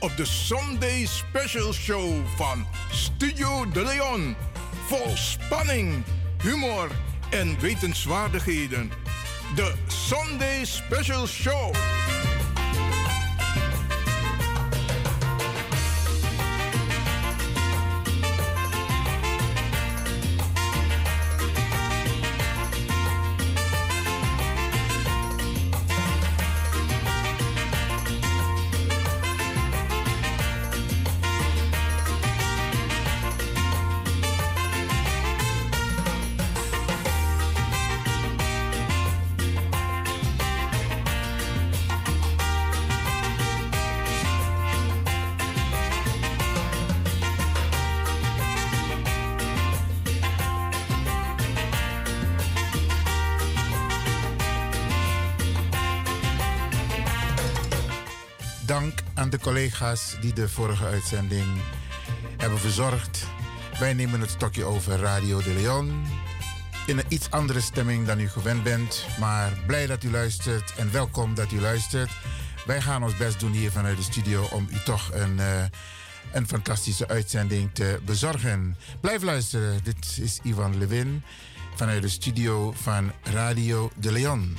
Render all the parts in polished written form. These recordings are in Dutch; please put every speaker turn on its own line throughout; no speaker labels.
op de Sunday Special Show van Studio De Leon. Vol spanning, humor en wetenswaardigheden. De Sunday Special Show.
Dank aan de collega's die de vorige uitzending hebben verzorgd. Wij nemen het stokje over Radio De Leon. In een iets andere stemming dan u gewend bent. Maar blij dat u luistert en welkom dat u luistert. Wij gaan ons best doen hier vanuit de studio om u toch een fantastische uitzending te bezorgen. Blijf luisteren. Dit is Ivan Levin vanuit de studio van Radio De Leon.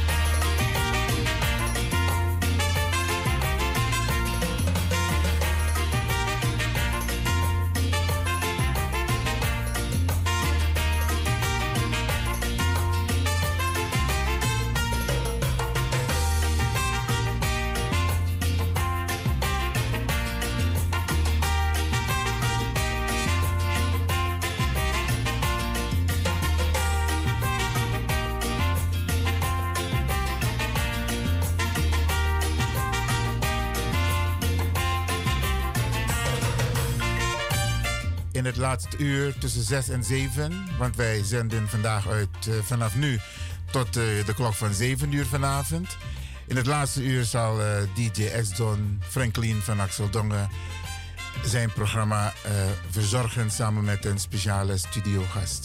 In het laatste uur tussen 6 en 7, want wij zenden vandaag uit vanaf nu tot de klok van 7 uur vanavond. In het laatste uur zal DJ X-Don Franklin van Axel Dongen zijn programma verzorgen samen met een speciale studiogast.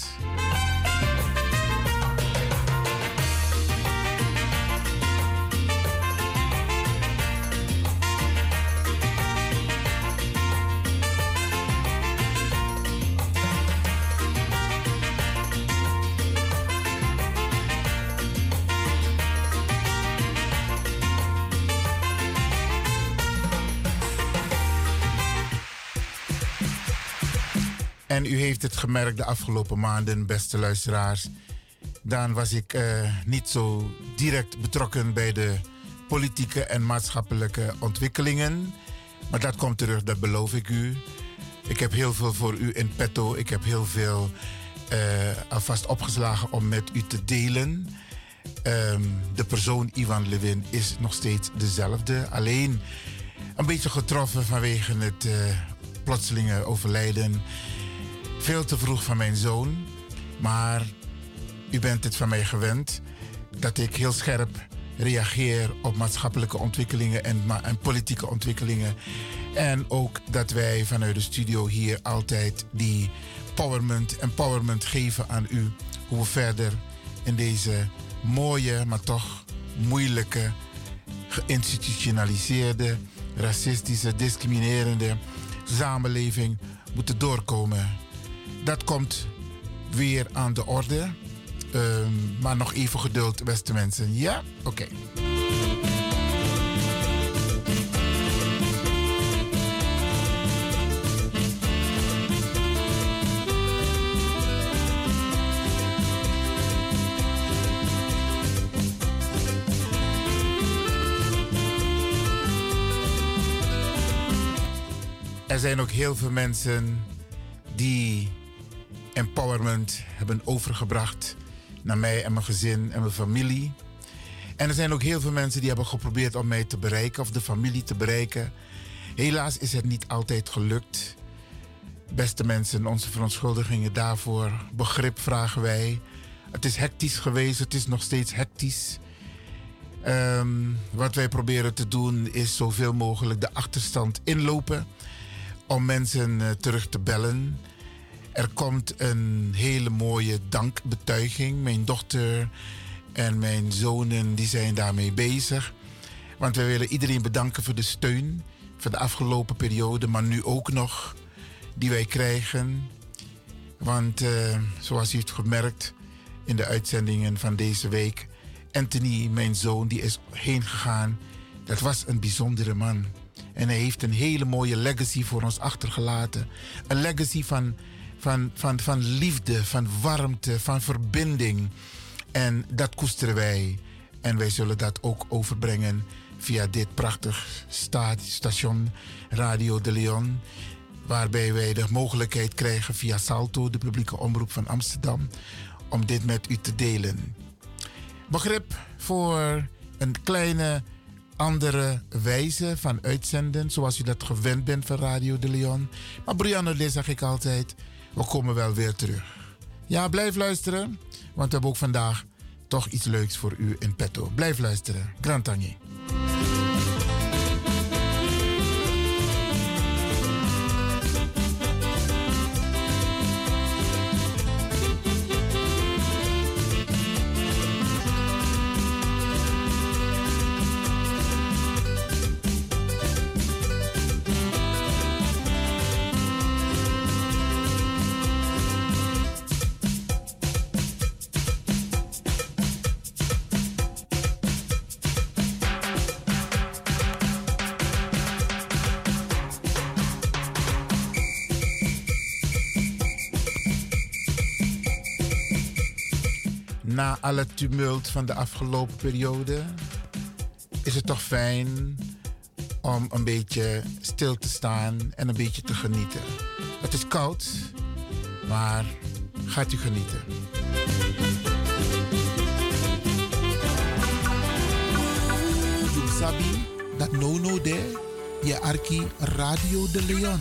En u heeft het gemerkt de afgelopen maanden, beste luisteraars. Dan was ik niet zo direct betrokken bij de politieke en maatschappelijke ontwikkelingen. Maar dat komt terug, dat beloof ik u. Ik heb heel veel voor u in petto. Ik heb heel veel alvast opgeslagen om met u te delen. De persoon Ivan Levin is nog steeds dezelfde. Alleen een beetje getroffen vanwege het plotselinge overlijden. Veel te vroeg van mijn zoon. Maar u bent het van mij gewend dat ik heel scherp reageer op maatschappelijke ontwikkelingen en politieke ontwikkelingen. En ook dat wij vanuit de studio hier altijd die empowerment geven aan u. Hoe we verder in deze mooie, maar toch moeilijke, geïnstitutionaliseerde, racistische, discriminerende samenleving moeten doorkomen. Dat komt weer aan de orde. Maar nog even geduld, beste mensen. Ja? Oké. Er zijn ook heel veel mensen die empowerment hebben overgebracht naar mij en mijn gezin en mijn familie. En er zijn ook heel veel mensen die hebben geprobeerd om mij te bereiken of de familie te bereiken. Helaas is het niet altijd gelukt. Beste mensen, onze verontschuldigingen daarvoor. Begrip vragen wij. Het is hectisch geweest, het is nog steeds hectisch. Wat wij proberen te doen is zoveel mogelijk de achterstand inlopen om mensen terug te bellen. Er komt een hele mooie dankbetuiging. Mijn dochter en mijn zonen die zijn daarmee bezig. Want wij willen iedereen bedanken voor de steun van de afgelopen periode, maar nu ook nog, die wij krijgen. Want zoals u het gemerkt in de uitzendingen van deze week, Anthony, mijn zoon, die is heen gegaan. Dat was een bijzondere man. En hij heeft een hele mooie legacy voor ons achtergelaten. Een legacy van liefde, van warmte, van verbinding. En dat koesteren wij. En wij zullen dat ook overbrengen via dit prachtig station Radio de Leon. Waarbij wij de mogelijkheid krijgen via Salto, de publieke omroep van Amsterdam, om dit met u te delen. Begrip voor een kleine andere wijze van uitzenden, zoals u dat gewend bent van Radio de Leon. Maar Brianne, zeg ik altijd, we komen wel weer terug. Ja, blijf luisteren, want we hebben ook vandaag toch iets leuks voor u in petto. Blijf luisteren. Grand Tangi. Na alle tumult van de afgelopen periode is het toch fijn om een beetje stil te staan en een beetje te genieten. Het is koud, maar gaat u genieten. You sabi dat no de je arki Radio de Leon.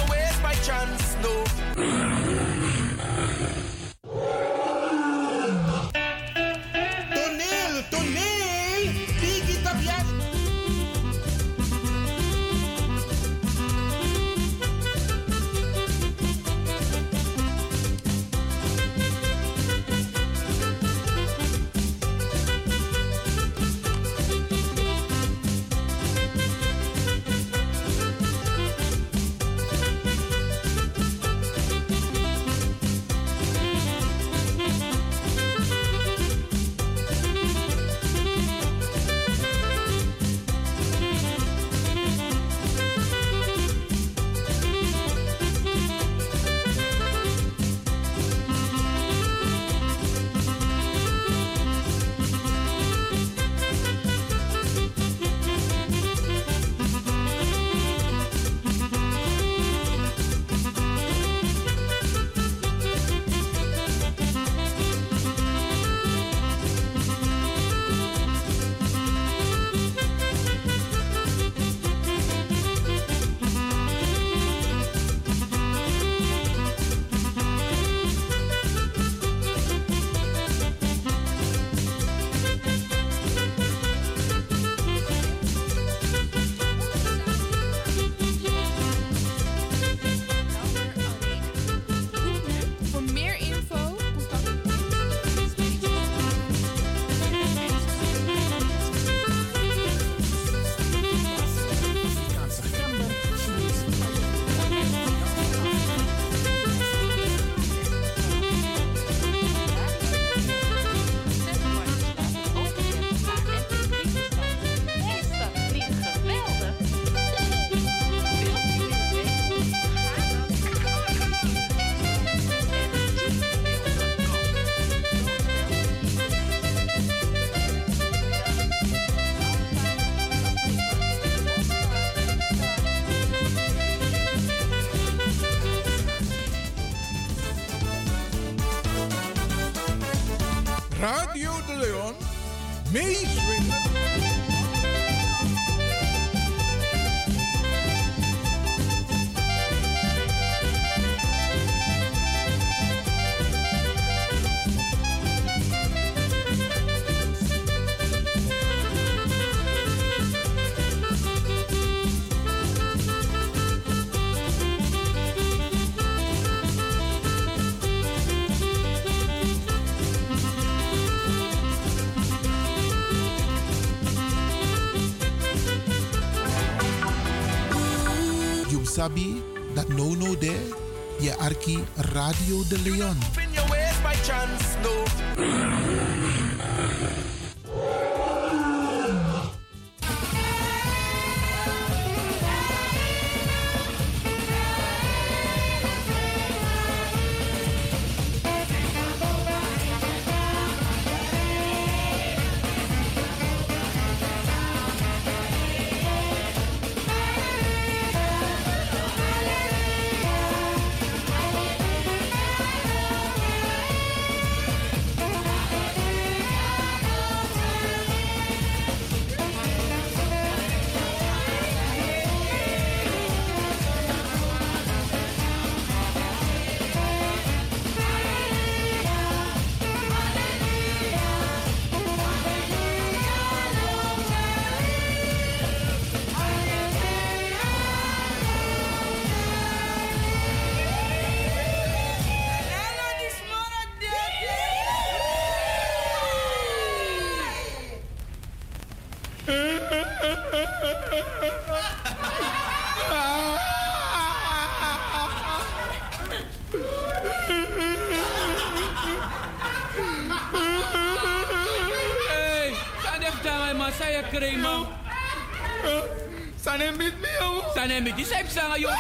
Radio de Leon, meeswingen.
sabi dat no de je arki Radio de Leon.
Di sai pisang ayo.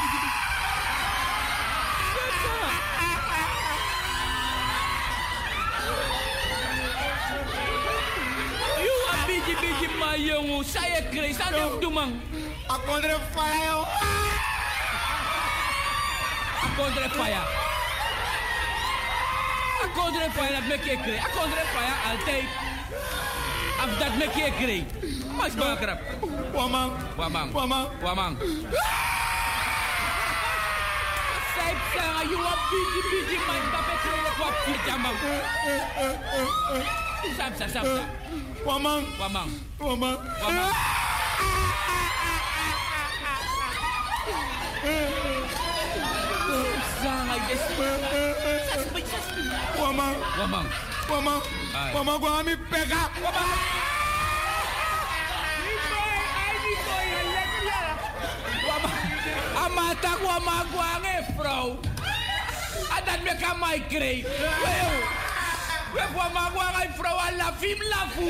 You a biji mayong saya kre sana dumang.
Aku under fire.
Aku under fire. Aku under fire dat make kre. Aku under fire altijd. Af dat make kre. Mas bakrap.
Wamang.
Sai pisang ayo a biji man dapat kre ko pijamang. Sap.
Wamang.
Sangai des.
Wamang gua ami pega.
Amata ko amagwange, vrouw. Adat me ka mai krei. We ko amagwange, vrouw, ala fim lafu.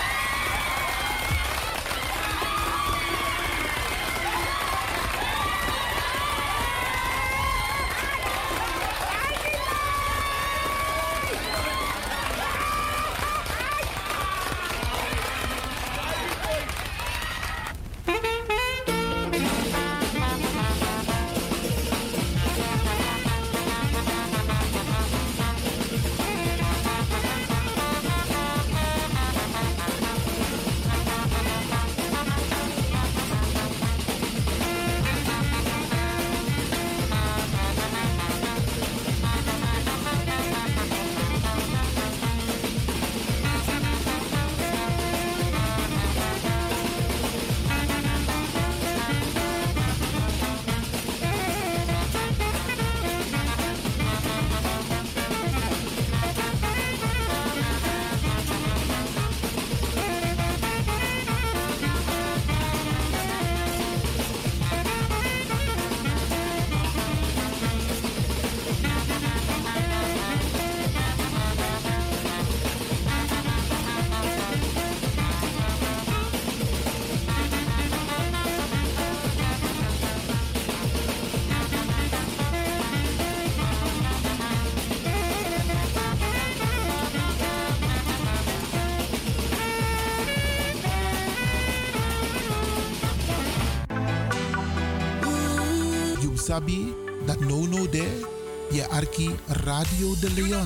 Sabi dat no de je arki Radio de Leon.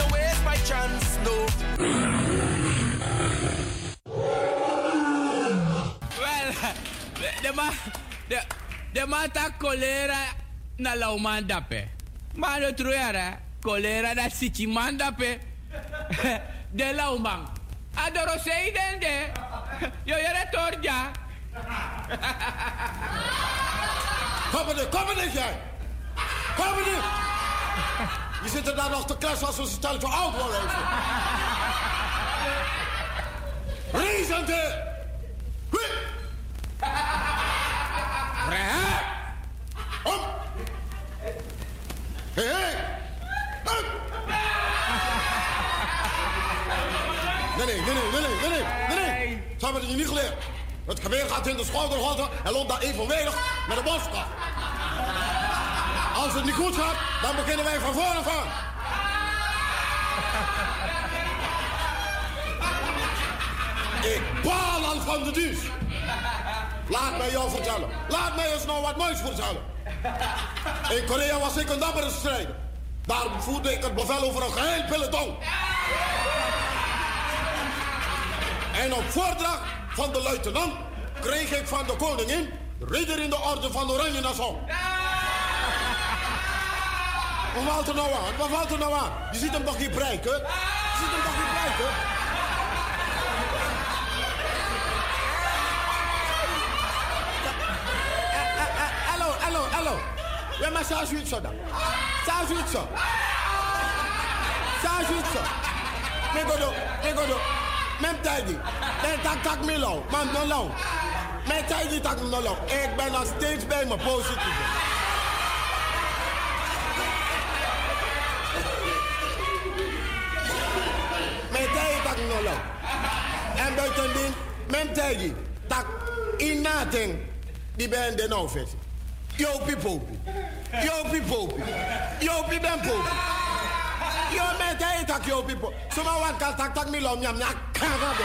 Well, de mata kolera na laumandape. Maar de truera kolera na sichimandape. De laumang. Adoro seiden de. Yo yere torja.
Kom maar niet, jij! Kom maar niet! Je zit er nou nog te kletsen als we een stelletje oud worden. Reizende! Nee. Dat hebben we je niet geleerd. Het geweer gaat in de schouderholte en loopt daar evenwedig met de borstkas. Als het niet goed gaat, dan beginnen wij van voren aan. Ik baal al van de dienst. Laat mij jou vertellen. Laat mij eens nou wat moois vertellen. In Korea was ik een dappere strijder. Daar voerde ik het bevel over een geheel peloton. En op voordracht van de luitenant kreeg ik van de koningin ridder in de orde van Oranje Nassau. Wat valt er nou aan? Wat valt er nou aan? Je ziet hem toch niet bereiken? Hallo. Ja, maar zo zoiets zo dan. Zo. Megodo. Mem tijdi. Ben tak milo. Man no long. Mem tijdi tak no long. Ik ben nog steeds bij mijn positief. Mem tijdi tak no long. En buitendien, mem tijdi tak in nothing. Die ben de nou vet. Yo people. Yo ben popi. Yo met hij tak yo people. Soma wan kan tak milom nyam na karabe.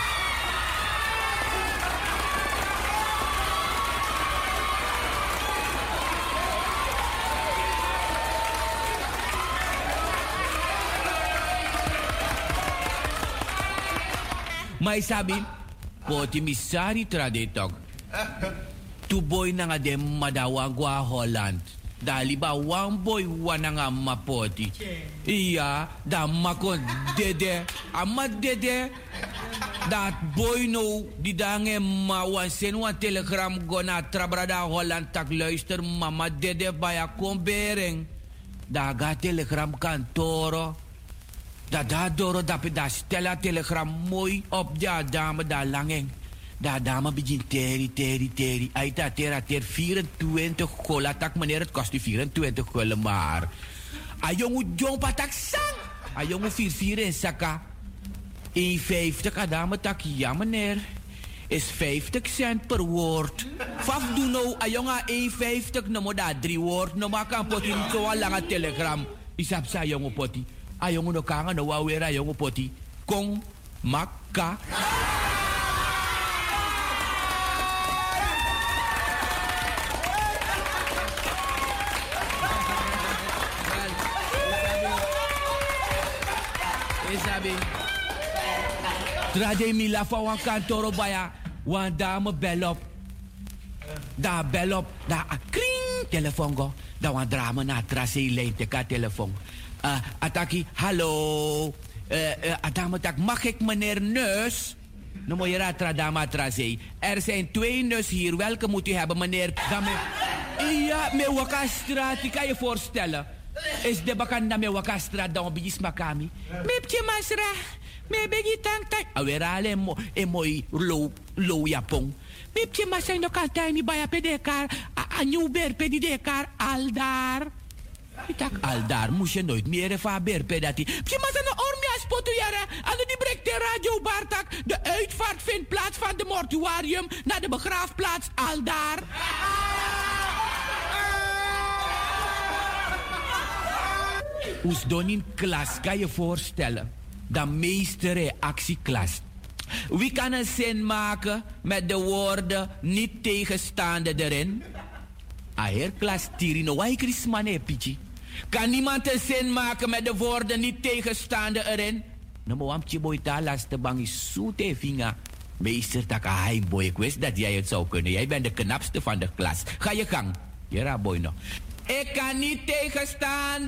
Mai sabi, poti misari tradetok. Tu boy na nga dem madawagwa Holland. Dali ba one boy wana nga mapoti. Iya, da makon dede. Ama dede. Dat boy no, die dange ma wan sen wan telegram gona trabrada Holland tak luister mama dede baya kombering. Da ga telegram kantoro. Da doro dape da stella telegram mooi op da dame da langeng. Da dame begint teri. Aita ter 24 kola tak meneer, het kost u 24 kola maar. Ajongu jong patak sang. Ajongu 4 in saka. 1,50 adame tak ja meneer. Is 50 cent per woord. Faf do nou ajonga 1,50 no mo da 3 woord no ma kan poti so langa telegram. Isap sa ajongu poti. Ajongu no kanga no wa wera ajongu poti. Kong maka. Isabi. Trade mi la fa wan kantoro baya. Wan dame belop. Da belop. Da kring telefoon go. Da wan drama na trase lijn teka telefoon. Ataki, hallo. Adame tak, mag ik meneer Neus? No mo yera tradama trase. Er zijn 2 neus hier. Welke moet u hebben meneer? Ja, me wakastra. Die kan je voorstellen. Is de bakanda me wakastra dan bijis makami. Mepje masra. Me begi tang. Awerale moi low japon. Mepje masra no kantai mi baya pedekar. A nieuw ber pedekar aldar. Ik aldar moest je nooit meer van berpedati. Pje masra no ormia spotu jaren. En die breekt de radio Bartak. De uitvaart vindt plaats van de mortuarium naar de begraafplaats aldar. Oes don in klas, kan je voorstellen. De meeste reactieklas. Wie kan een zin maken met de woorden niet tegenstaande erin? Aher klas tirino, wai krismane pichi. Kan niemand een zin maken met de woorden niet tegenstaande erin? No mo amtje boy talas te bang is zoete vinga. Meester taka hai boy, ik wist dat jij het zou kunnen. Jij bent de knapste van de klas. Ga je gang. Jera boy no. Ik kan niet tegenstaan.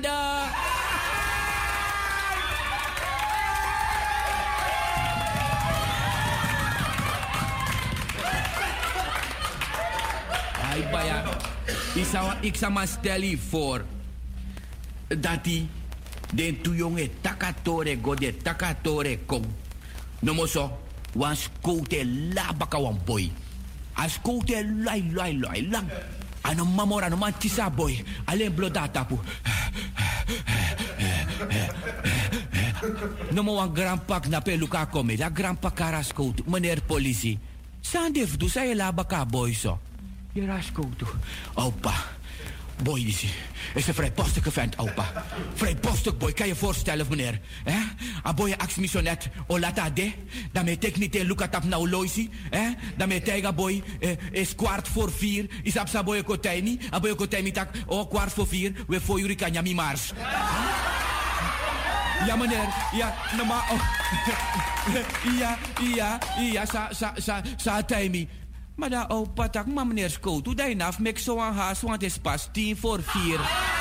Ay, baya. Ik zou maar stellen voor dat die den tu jonge takatore go de takatore kom. No mo so wan skote la baka wan boy. A skote lai lang. Ano mamora no mantisa boy. Alleen blodatapu. Nomo een grandpa knappe Luca come. La grandpa Carasco. Meneer politie. Sandef, doe zij la baka boy zo. Je rasco toe. Opa. Boy, is een vrijpostige vent, opa. Vrijpostig, boy. Kan je voorstellen, meneer? A boy, aks me zo net. O lata de. Dan me tek niet Luca tap nou loisi. Dan me tega boy. Is 4:15. Is apsa boy kotaini. A boy kotaini tak. O 4:15. We voor jullie kan jami mars. Ja, meneer. Ja, normaal. Ja, sa taimi. Maar daar opa tak, maar meneer Skoot, hoe dat je naf mek zo aan haast, want het is pas 4:10.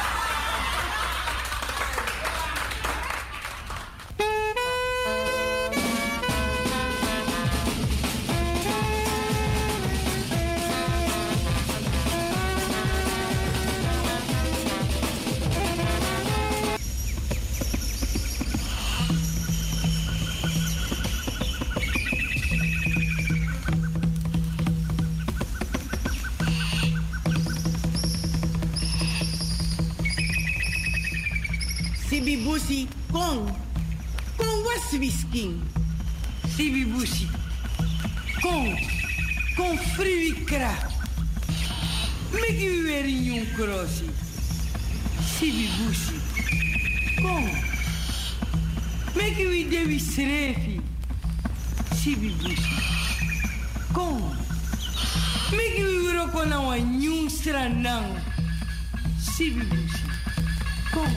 Sibibusi, kong was wisking. Sibibusi, kong free kra. Meki weer in jong crossi. Sibibusi, kong. Meki we dewi srefi. Sibibusi, kong. Meki we roko na wa nyung stranang. Sibibusi, kong.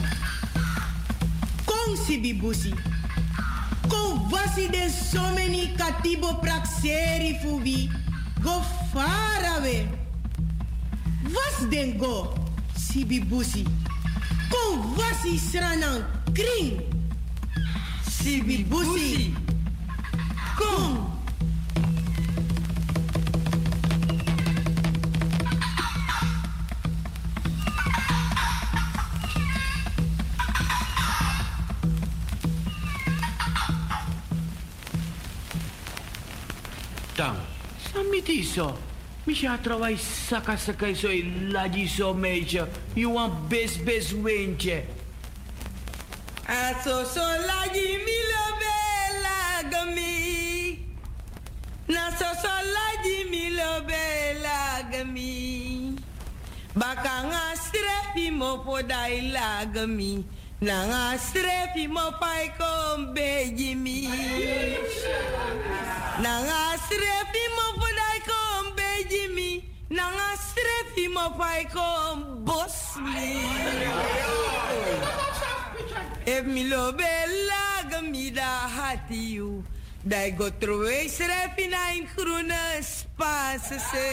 Sibibusi. Ko wasi den so many katibo praxeri fubi. Go far away. Was den go, Sibibusi. Ko wasi sranang kring. Sibibusi. Kom.
Samitiso. Misha trawai saka so laji so meisje. You want best wintje.
Aso so laji milo bela gami. Na so laji milo bela gami. Bakanga strefi mo podai lagami. Nanga strefi mo pai kom bejimi. Nanga strefi mo podai kom bejimi. Nanga strefi mo pai kom bosmi. If mi lo bella gamida hatiu. Dai go trowe strefi na in groene space se.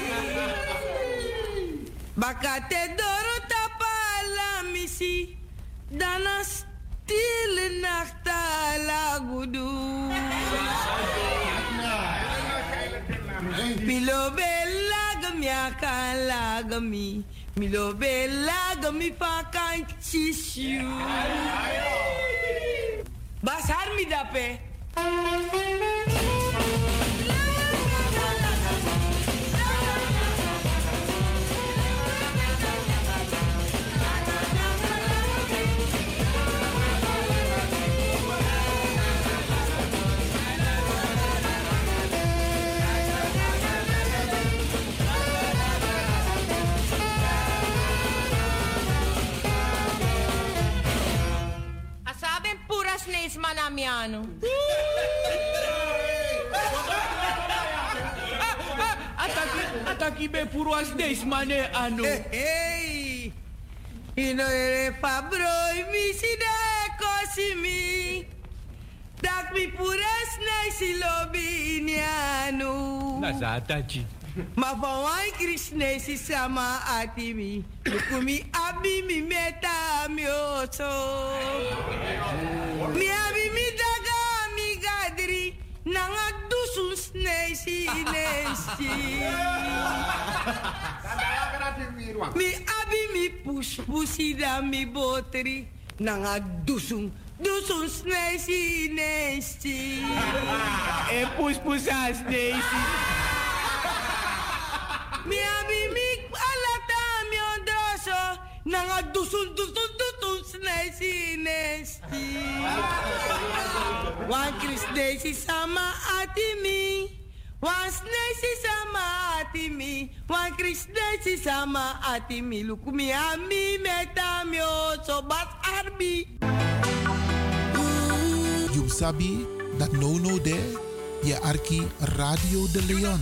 Bakate doro tapala misi. Dana stille nachta lagudu. Milo bella gami akan lagami. Milo bella gami pakan chishu. Basar mi dape.
Neis manamiano.
Ataki be puro as neis mane anu.
Hey, ino ere fabroi misi de cosimi. Dak mi puras neis lobi inianu.
Nasatachi.
Ma fawai krisnesi sama atimi. Lukumi abi mi meta mi oso. Mi abi mi daga mi gadri. Nanga dusun snesi nesi. Mi abi mi pusi da mi botri. Nanga dusun snesi nesi.
E pusa snesi.
Mi abi mi alata mi ondoso. Nanga dusun snesi nesti. Wan Chris desi sama atimi. Wan snesi sama atimi. Wan Chris desi sama atimi. Lukumi ami metamio so bas arbi.
You sabi that no there. Je arki Radio de Leon.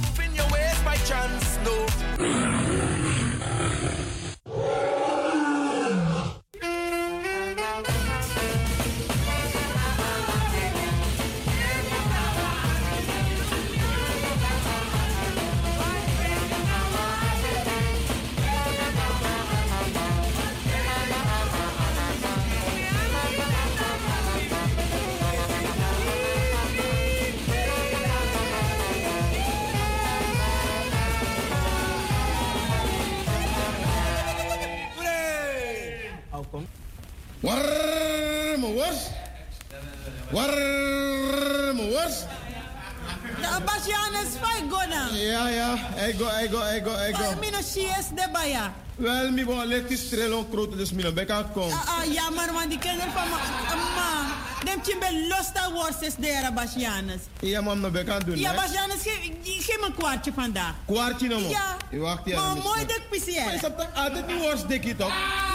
Warm worst.
Ja, Basjanes, fai gona.
Ja, I go.
Mino CS de baya.
Wel, mi bon lekti strelon krote dus mino beka kom.
Ja, maar man, die kennen van ma. Dem chimbe losta worses de Basjanes.
Ja, mam, no beka doen.
Ja, Basjanes, geef me een kwartje vandaag.
Kwartje no mo?
Ja.
Wacht hier.
Maar mooi dik pisier.
Maar is dat altijd niet worst dikkie toch?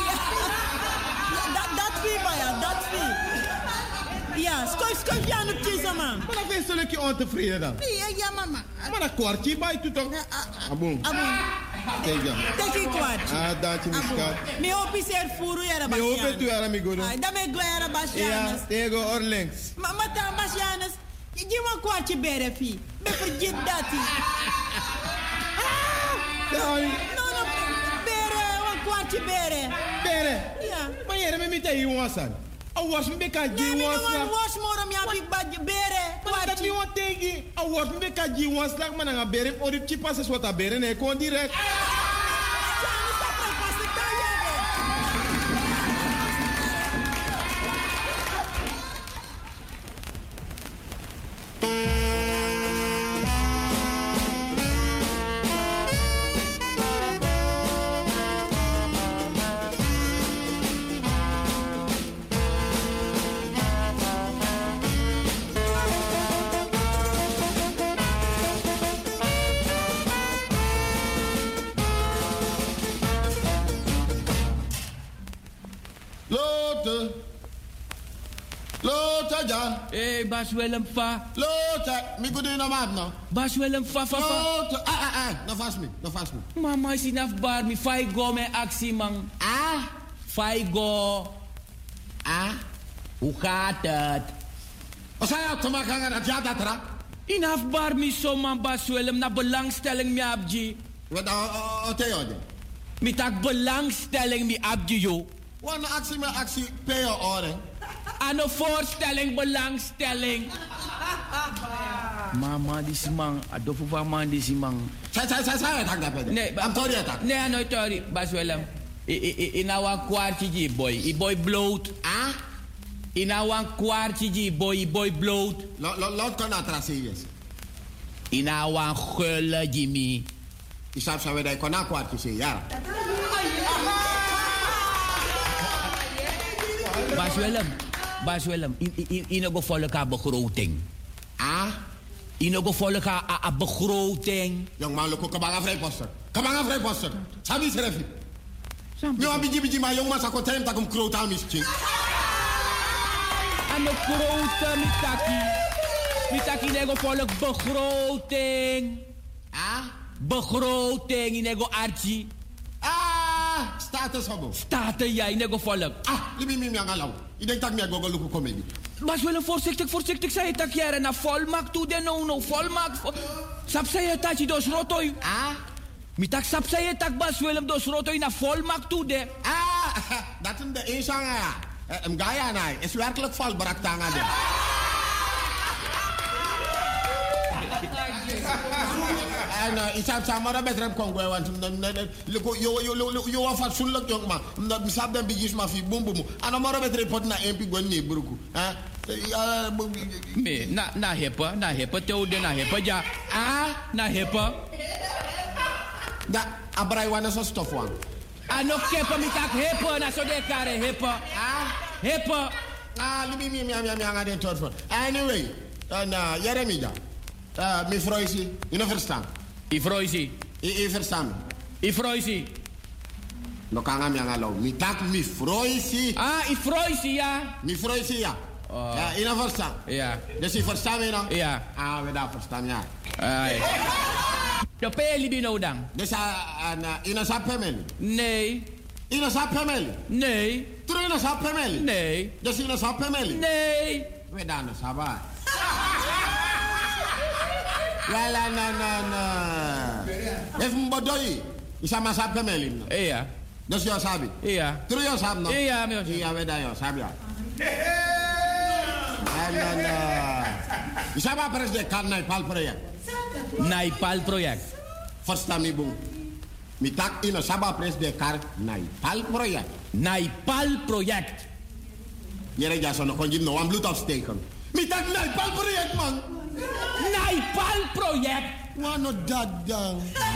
Dat wie baya, dat wie. Ja, schuif je aan op kiezen, man.
Maar dan vind je ontevreden dan?
Ja, mama.
Maar dat kwartje bij je toch? Aboom. Kijk dan.
Kijk je kwartje.
Dat je niet schat.
Mi hoop is er voor je,
Mi hoop is er amigo.
Dan ben ik glad, Basjanes.
Ja, tego orlinks.
Maar dan, Basjanes, je moet een kwartje beren, fie. Ben vergeet dat,
Ja,
no, beren, een kwartje beren.
beren?
Ja.
Maar jij hebt me niet tegen ons aan. I was me beka
Nee,
ji
mi
was
no
slag.
wan wash more mi abi badje bere.
Maar dat niet wat tegen. I was me beka ji was slag man nga bere. Or die chipas is wat a bere nee kon direct. Lota ja.
Hey, Bas Willem fa.
Lota, mi kudu na map nou.
Bas Willem fa.
Lota, no vast me.
Mama is inaf bar mi fai go me actie man. Fai go. Hoe gaat het?
Wat zei je te maken dat ja dat ra?
Inaf bar mi so man Bas Willem na belangstelling mi abji.
Wat te jode?
Mi tak belangstelling mi abji yo.
Wanneer actie pay je oren.
Aan een voorstelling, belangstelling. Mama, die is man. Adofu van man, die is man.
Zij het hak dat bij.
Nee,
I'm sorry attack.
Nee, no, sorry. Bas Willem. In een kwartje, boy. Boy bloot. In een kwartje, boy bloot.
Laat kan dat serieus.
In een gulle, Jimmy.
Je snapt zo weer dat je kon een kwartje zien, ja.
Bas Willem, in een gevolg begroting. In een gevolg begroting.
Jongman, look, kabanga vrijposter. Sabi schreef. Nu heb je biji maar jongman zako time dat ik hem kroot aan misschien.
Aan de grote mitaki in een gevolg begroting. Begroting in een archie.
Status habo.
Staten jij in een gevolg.
Libi mi miangalaw. Ik denk dat ik me go comedy.
Bas Willem, voorzichtig, zei je dat jij naar volmaak toe den no volmaak. Sap zei je dat je dos rotoy. Mitak sap zei je dat Bas Willem dos rotoy naar volmaak toe de.
Dat is de inzanga. Gaya na is werkelijk volbracht aan de. En ik zou samen met hem komen, want je was fatsoenlijk jongen, omdat ik zat dan bij maar via boem. En dan maar met report naar MP gewoon niet broeken.
Nee, na heppa, teude na heppa ja. Na heppa.
Da abrai wana so stof wan.
Ano kepa mi tak hepa na so de kare hepa. Hepa.
Libi mi aan tot voor. Anyway, Jeremia. Mi vroisi, je nog verstaan.
I vroisi.
I verstaan.
I vroisi.
No kanga mi aan lo. Mi tak mi vroisi.
I vroisi ja.
Mi vroisi ja. Ja, je nog verstaan.
Ja.
Dus je verstaan me dan?
Ja.
We daar verstaan ja.
Ai. De pe libi no dan.
Dus je nog sap pemeli.
Nee.
Je nog sap pemeli.
Nee.
Terug je nog sap pemeli.
Nee.
Dus je nog sap pemeli.
Nee.
We daar nog sabar. Well, no. If mbodoi, isama sap pemeli.
Ja.
Dus je sabi.
Ja.
Terug je sap no.
Ja, mi.
Ja, we daar je sabi ja. En isama president kan Naipal project.
Naipal project.
Verstaan mi boem. Mi tak in een saba president kar Naipal project.
Naipal project.
Jere ja zo nog kon je no aan bloed afsteken. Mi tak Naipal project man.
Naipal project.
Wano dat dan.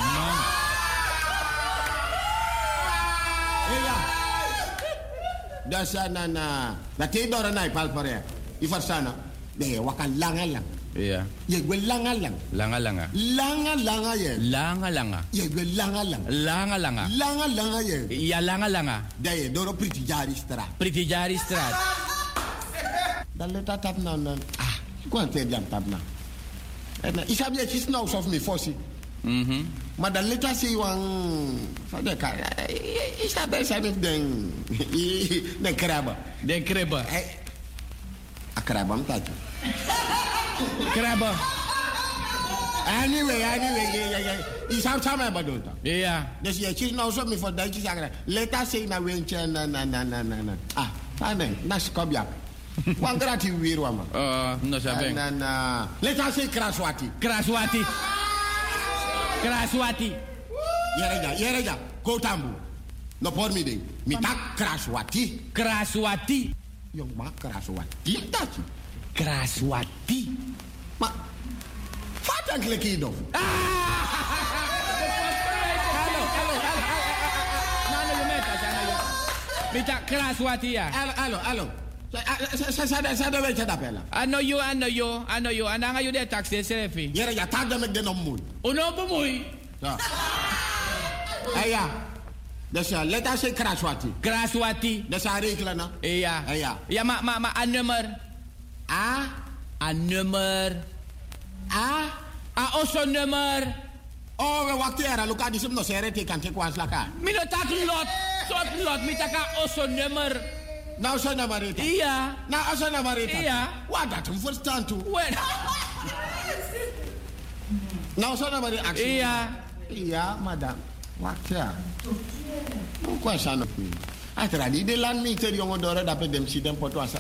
Ja. Dat is dat heet door een Naipal project. Je verstaan? Nee, wakan langa lang.
Ja.
Je wil langa lang.
Langa langa.
Langa langa je.
Langa langa.
Je wil langa lang.
Langa langa.
Langa langa je.
Ja, langa langa.
Dat je door op Pritijari straat.
Pritijari straat.
Dan let dat tap nou. Ik kan het jam tap nou. En ik heb je iets nou of me fossi. Maar dan let dat zien van de kar. Is dat best met de krabben.
De krabben.
A krabben dat.
Krabben.
Anyway. Je zou het samen bedoeld.
Ja.
Dus je kiest nou zo me voor dat je zegt. Let dat zien naar windje. Nee. Dat is kopjak. Wan gratis weer wama.
No sabeng.
Let us say Kraswati. Yereja. Kotambu. No por mi ding. Mi tak Kraswati. Jong ma Kraswati. Dat.
Kraswati.
Maar wat eigenlijk hier dan?
Hallo. Mi tak Kraswati ya.
Hallo. Sa de weet je dat bella.
Ano yo. En dan ga je de taxi selfie.
Jere ja tak de met de nommoei.
Uno bemoei.
Ja. Ja. Dus let us say Kraswati. Dat is haar rekenen, no?
Ja. Ja, maar een nummer. Een nummer. Also nummer.
Oh, we wachten hier. Look at this. No sere te kan tekwa slaka.
Mi no tak lot. Mi tak also nummer.
Nou zo naar Marita.
Ja.
Nou zo naar Marita.
Ja.
Wat dat een verstand toe.
Well.
Nou zo naar Marita. Ja, madame. Wacht ja. Hoe kan je nog niet? Achter die de landmeter jongen door dat pe dem si dem pot wasa.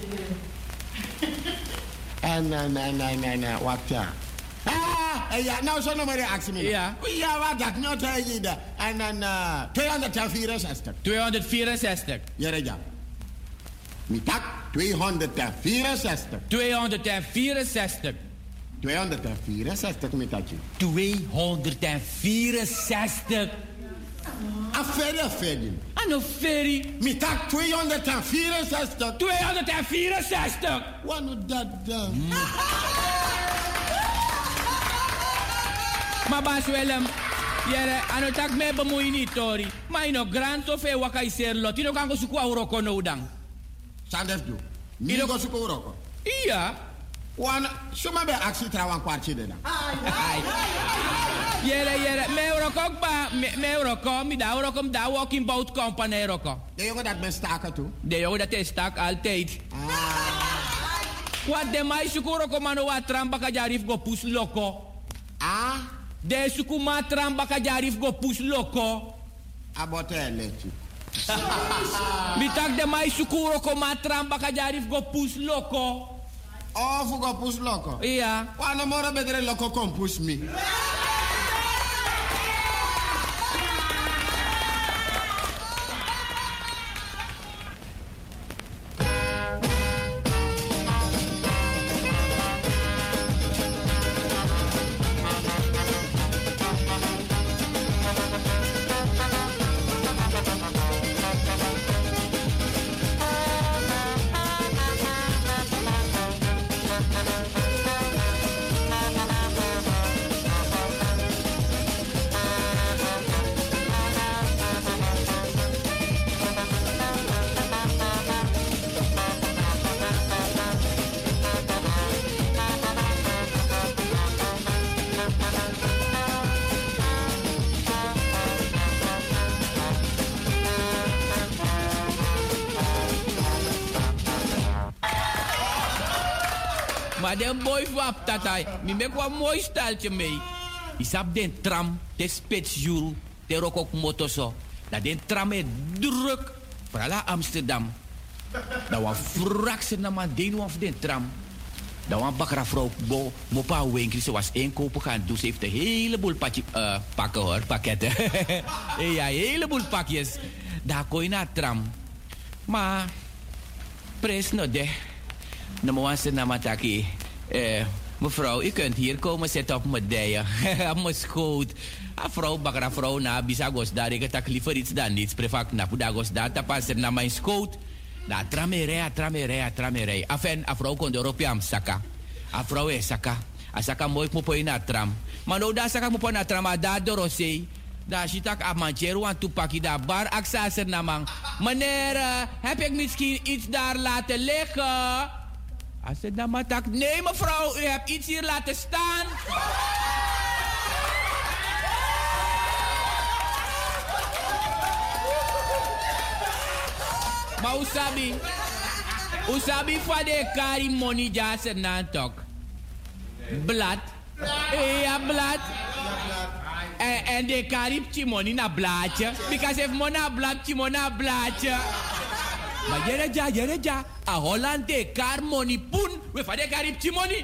Nee, wacht ja. Ja, nou zo naar Marita actie mee.
Ja.
Ja, wat dat nou tegen je. En dan 264.
264.
Ja. Mi tak 264.
264.
264 mi takje.
264.
Afferri.
Ano ferry?
Mi tak 264.
264.
Wat dat dan?
Maar Bas Willem, jere, ano tak me bemoei niet, Tori. Maar ino grand of e wakai serlot. Ino kan go suku auroko no udang.
Sandef do. Ino go suku auroko.
Iya.
Wan, suma be aksi trawan kwartje de na.
Jere, me euroko ba, me euroko, mi da euroko, da walking boat company euroko.
De jongen dat ben staken toe.
De jongen dat is stak altijd. Wat de mai suku auroko mano wa tramba kajarif go pus loko. De suku ma tramba kajarif go pus loko.
Abote lechi.
Bitak de mai suku auroko ma tramba kajarif go pus loko.
Oh, fugo pus loko.
Iya.
Wana mora bedre loko kom pus mi.
Maar den boy wap tatai. Mi mek een mooi steltje mee. Isap den tram, de spitsjoel, de rokok motoso. Dat den tram is druk. Vooral Amsterdam. Dat was frakse na man den of den tram. Dat was bakra vrouw mopa winkels. Ze was inkopen gaan doen. Ze heeft een heleboel pakken hoor, pakketten. Ja, een heleboel pakjes. Daar kon je naar tram. Maar, pres no de. Nou was ze na mataki. Mevrouw, u kunt hier komen zitten op mijn dijen. Op mijn schoot. A vrouw, bakra vrouw na bisagos daar. Ik tak liever iets dan niets. Prefak na pudagos daar. Tapas er naar mijn schoot. Na tramerij. Afen, a vrouw kon erop jam saka. A vrouw is saka. A saka mooi mopo in a tram. Maar nou daar saka mopo in a tram. A daar dorosei. Daar zit ik aan manchero aan toepakje. Daar bar aksa er na man. Meneer, heb ik misschien iets daar laten liggen? Als het dan maar tak. Nee mevrouw, u hebt iets hier laten staan. Maar usabi van de kari money jasen nantok. Blad. Ja, blad. En de kari chimoni na blaadje. Because if mona blad, chimona blaadje. Maar jereja. A Holland de kar money poen. We van de kari chimoni.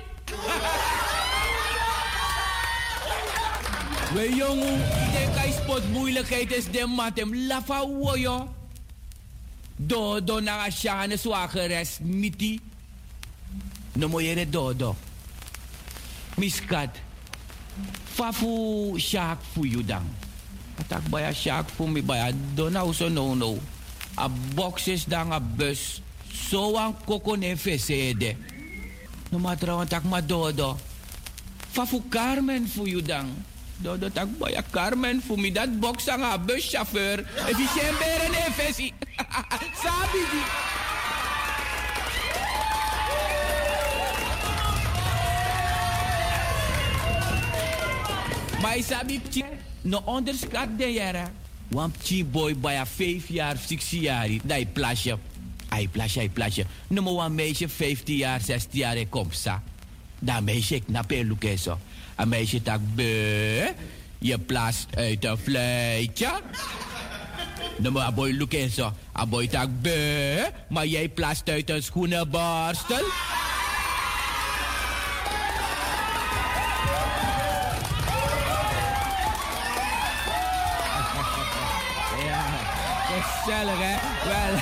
We jongen, de kai spot moeilijkheid is de matem lafa woyo. Do na a shane zwageres miti. No moyere do. Miskat. Fafu shak fu you dan. Atak baya shak fu mi baya do na uso no. A boxes dan a bus. So an koko ne fesede. No matra wan tak ma do. Fafu Carmen fu you dan. Do tak baya Carmen fu mi dat box aan a buschauffeur. Efficient bere ne fesi. Sabi di. Maar sabi no onderschat de jaren. Want boy bij 5 jaar, 6 jaar, dat plasje. Ai plasje. No een meisje 15 jaar, 16 jaar komt sa. Dat meisje knap en lukken zo. Een meisje tak be. Je plast uit een fluitje. No een boy lukken zo. Een boy tak be. Maar jij plast uit een schoenenborstel. Gezellig, hè? Wel.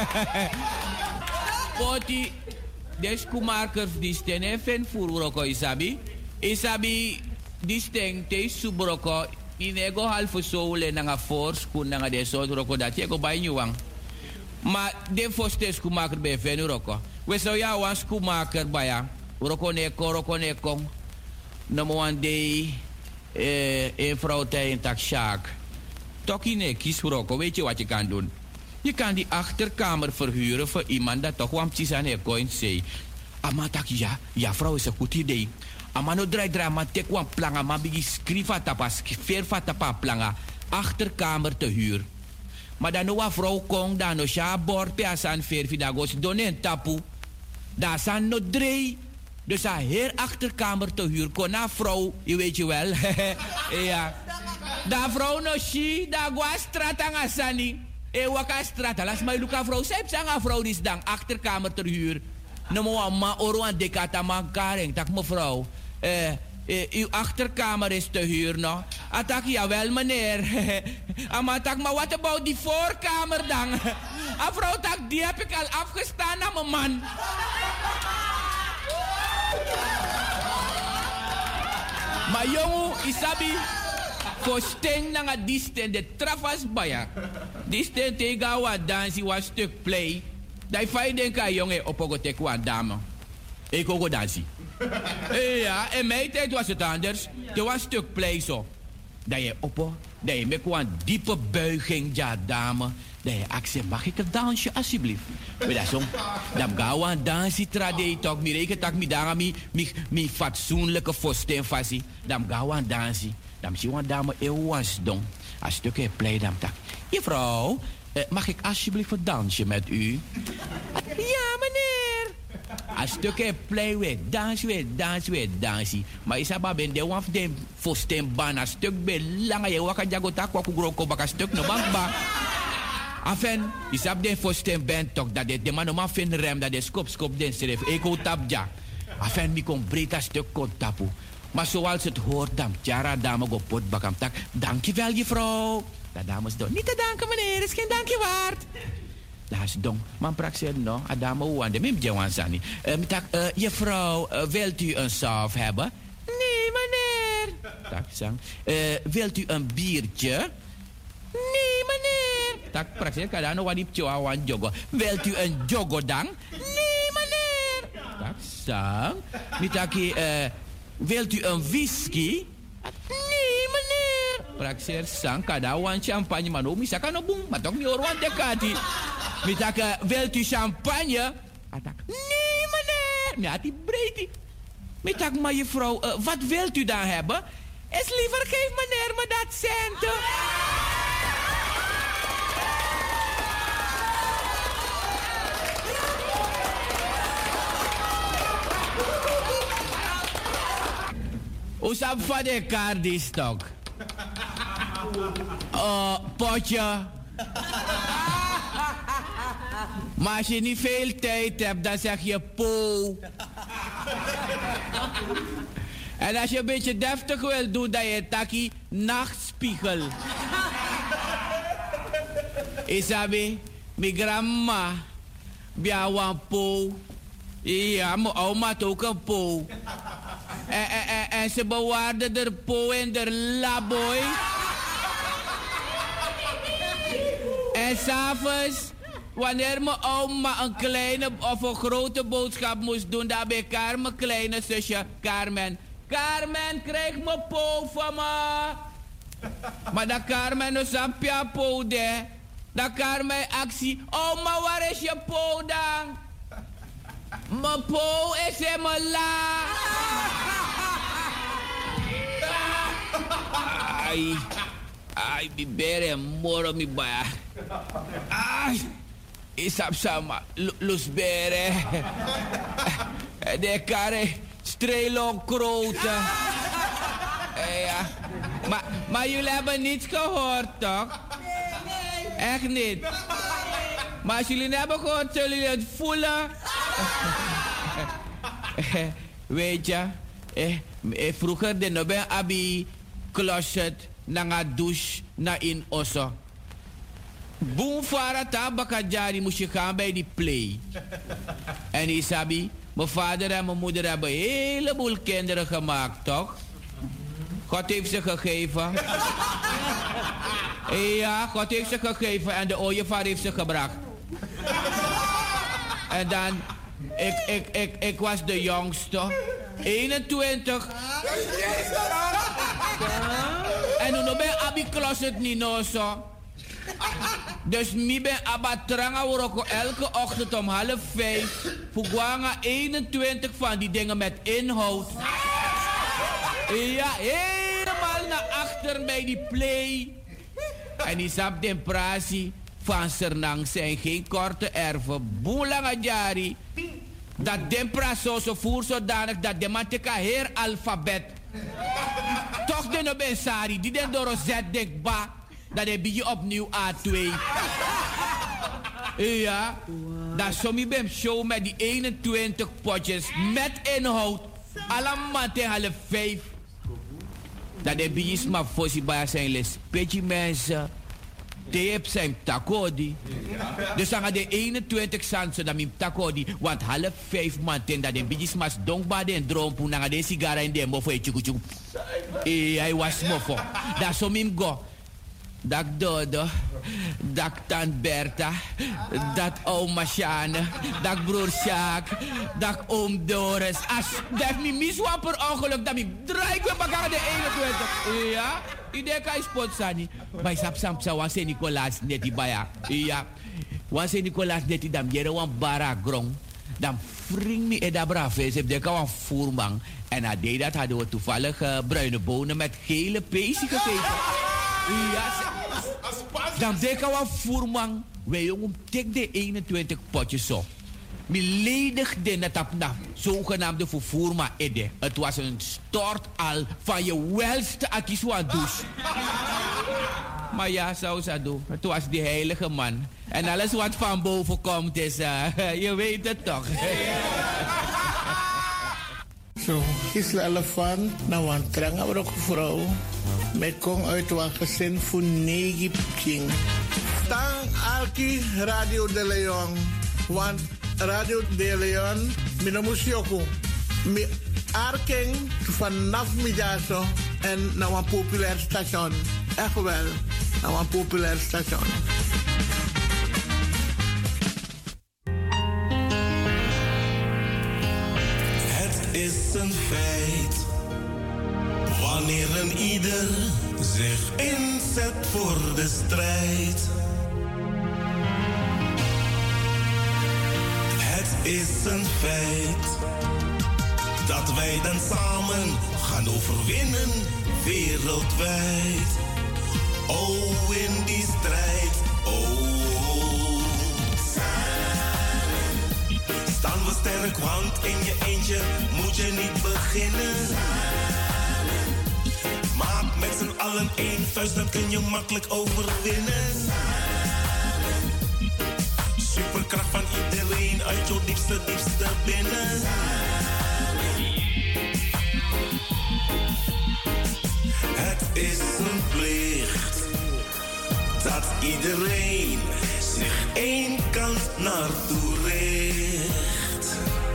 Poti, de schoenmakers die stenen even voor Roko Isabi. Isabi, die stenen te subroko. In ego halve soule na nga voorschoen na nga de soort Roko dat je go bij nieuwang. Maar de voorste schoenmaker bij ven Roko. We zou jou een schoenmaker bij ja. Roko neko. Nomo een day. Een vrouw tegen tak Sjaak. Tokkie nee, kies Roko. Weet je wat je kan doen? Je kan die achterkamer verhuren voor iemand dat toch wampjes aan je coin zei. Ama tak ja vrouw is een goed idee. Ama no draai maar tek wan planga maar bigi skrifa tapas verfa tapa planga achterkamer te huur. Maar dan no vrouw kon dan no sha bord pe asan verfi da gos donen tapu. Da san no draai. Dus haar heer achterkamer te huur kon na vrouw, je weet je wel. Ja. Da vrouw no shi da gwa strata ngasani. Waka strata las mai luka vrouw sep sanga vrouw dis dan achterkamer te huur. No mo ma oro an dekata man kareng tak mevrouw. Uw achterkamer is te huur no. Atak ja wel meneer. Amatak maar what about die voorkamer dan? A vrouw tak die heb ik al afgestaan aan mijn man. Maar jongen, isabi, voor sting na nga disten de trafas baya. Disten tega wa dansi wa stuk play. Dai fai denka jongen opogo tekwa dame. Ik ook dansi. Ja, in mijn tijd was het anders. Er was stuk play zo. Dat je oppo, dat je met een diepe buiging, ja dame. Dat je actie, mag ik een dansje alsjeblieft? Maar dat zo, dan gaan we een dansje traden toch. Mi reken tak mi danga mi fatsoenlijke fosten fasi. Dan gaan we een dansje. Dan zie je een dame eeuwens doen. Een stukje play dan tak. Juffrouw, mag ik alsjeblieft een dansje met u? Ja, meneer. Een stukje play weer, dans weer. Maar isaba ben de waf de fosten ban, een stuk ben lange, je waka jagotak, waku groko baka stuk no bankba. Afen, isab de fosten ben tok, dat de man oma fin rem, dat de skop den seref, eko tap ja. Afen, mi kon breed stuk kon tapu. Maar zoals het hoort, dan tjara dame go pot bakam tak. Dankjewel, juffrouw. Dat dames doen. Niet te danken, meneer, is geen dankje waard. Dat is dom. Man prak zei no, adame wande, mim jewan sani. Juffrouw, wilt u een saus hebben? Nee, meneer. Tak sang. Wilt u een biertje? Nee, meneer. Tak prak zei, kada no wadip choa wan jogo. Wilt u een jogodang? Nee, meneer. Tak sang. Mitaki, wilt u een whisky? Nee, meneer. Praxer sang kada wan champagne mano misaka no boom, maar toch niet hoor wan dekati. Mitaka, wilt u champagne? Atak. Nee, meneer. Nee, ati breedi. Mitak, maar juffrouw, wat wilt u dan hebben? Is liever geef meneer me dat centen. Hoe zou van de kaart die stok? Potje. Maar als je niet veel tijd hebt, dan zeg je po. En als je een beetje deftig wil doen, dan je taki nachtspiegel. Isabi, mijn grandma, bia wan po. Ja, mijn oma had ook een po. En ze bewaarde de po in de laboy. En s'avonds, wanneer mijn oma een kleine of een grote boodschap moest doen, dan bij mijn kleine zusje Carmen. Carmen, krijg me po van me. Maar dat Carmen is een pia po de. Dat Carmen actie. Oma, waar is je po dan? Mijn po is in mijn la. Ai, mi bere moro mi baya. Ai, isap sama, lus bere. De kare strelo kroten. Ja. Maar jullie hebben niets gehoord, toch? Nee. Echt niet? Maar als jullie het hebben gehoord, zullen jullie het voelen? Weet je, vroeger de nobe abi closet na douche na in osso. Boom fara tabaka jari moest je gaan bij die play. En Isabi, mijn vader en mijn moeder hebben een heleboel kinderen gemaakt, toch? God heeft ze gegeven. Ja, God heeft ze gegeven en de ooievaar heeft ze gebracht. En dan, ik was de jongste. 21. En toen ben ik abi closet niet no zo. Dus ik ben abatranga woroko elke ochtend om 4:30. Fugwanga 21 van die dingen met inhoud. Ja, helemaal naar achter bij die play. En die sap den prasi van Sernang zijn geen korte erven. Boelanga jari. Dat den praso zo voer zodanig dat de man teka heer alfabet. Toch de no ben sari, die den door Z denk ba. Dat heb je opnieuw A2. Ja, dat sommige ben show met die 21 potjes met inhoud. Allemaal tegen 5. Dat heb je maar voor zich bij zijn les. Beetje mensen. Teep zijn takodi. Dus dan gaan de 21 sansen dat mijn takodi. Want 4:30 man ten dat de bijis mas donkbaar en droompoen. Dan gaan de sigara in de mofo. Hij was mofo. Dat zo mim go. Dat Dodo, dat tante Bertha, dat oma Sjane, dat broer Sjaak, dat oom Doris. Als dat mi miswa per ongeluk, dat mi draai ik weer bakar de 21. Ja, idee kan je spot sani. Maar sap sa wan se Nicolaas net die baya. Ja, wan se Nicolaas net die dam jere wan bara grong. Dan vring mi eda braves, heb deka wan voerman. En na deed dat hadden we toevallig bruine bonen met gele peesje gegeten. Ja, dan denk ik wel voerman. Wij jongen, tik de 21 potjes op. beledigde net op de zogenaamde vervoer, Ede. Het was een stort al van je welste akiswadus. Maar ja, zo doen. Het was die heilige man. En alles wat van boven komt is, je weet het toch.
Zo, Gisela Elefant, nou een trange vrouw. Met kom uit een gezin van 9 king. Tang Alki Radio de Leon. Want Radio de Leon, minamusioko. Mi arking vanaf Midaso en nou een populair station. Echt wel, nou een populair station.
Het is een feit. Wanneer een ieder zich inzet voor de strijd. Het is een feit dat wij dan samen gaan overwinnen wereldwijd. Oh, in die strijd, oh. Samen staan we sterk, want in je eentje moet je niet beginnen. Samen maak met z'n allen één vuist, dan kun je makkelijk overwinnen. Samen superkracht van iedereen uit jouw diepste binnen. Het is een plicht dat iedereen zich één kant naartoe richt.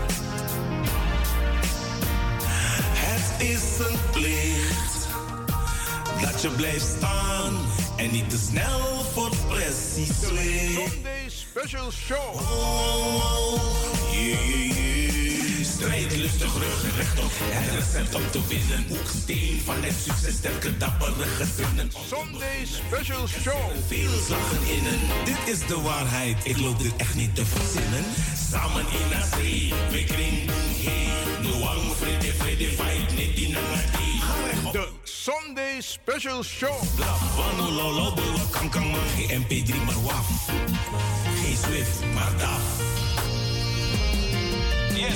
Het is een plicht dat je blijft staan en niet te snel voor pressie zweeft.
Sunday Special Show.
Oh, strijdlustig, rug rechtop. Het recept om te winnen. Hoeksteen van het succes, sterke, dappere gezinnen.
Sunday Special Show.
Veel slagen innen. Dit is de waarheid, ik loop dit echt niet te verzinnen. Samen in a zee, we kring heen. Noang, vrede, fight, niet in a
De Sunday Special Show.
Blaf, wano, lolo, bulwa, kankang, man. Geen MP3, maar waf. Geen Swift, maar DAF. Yes,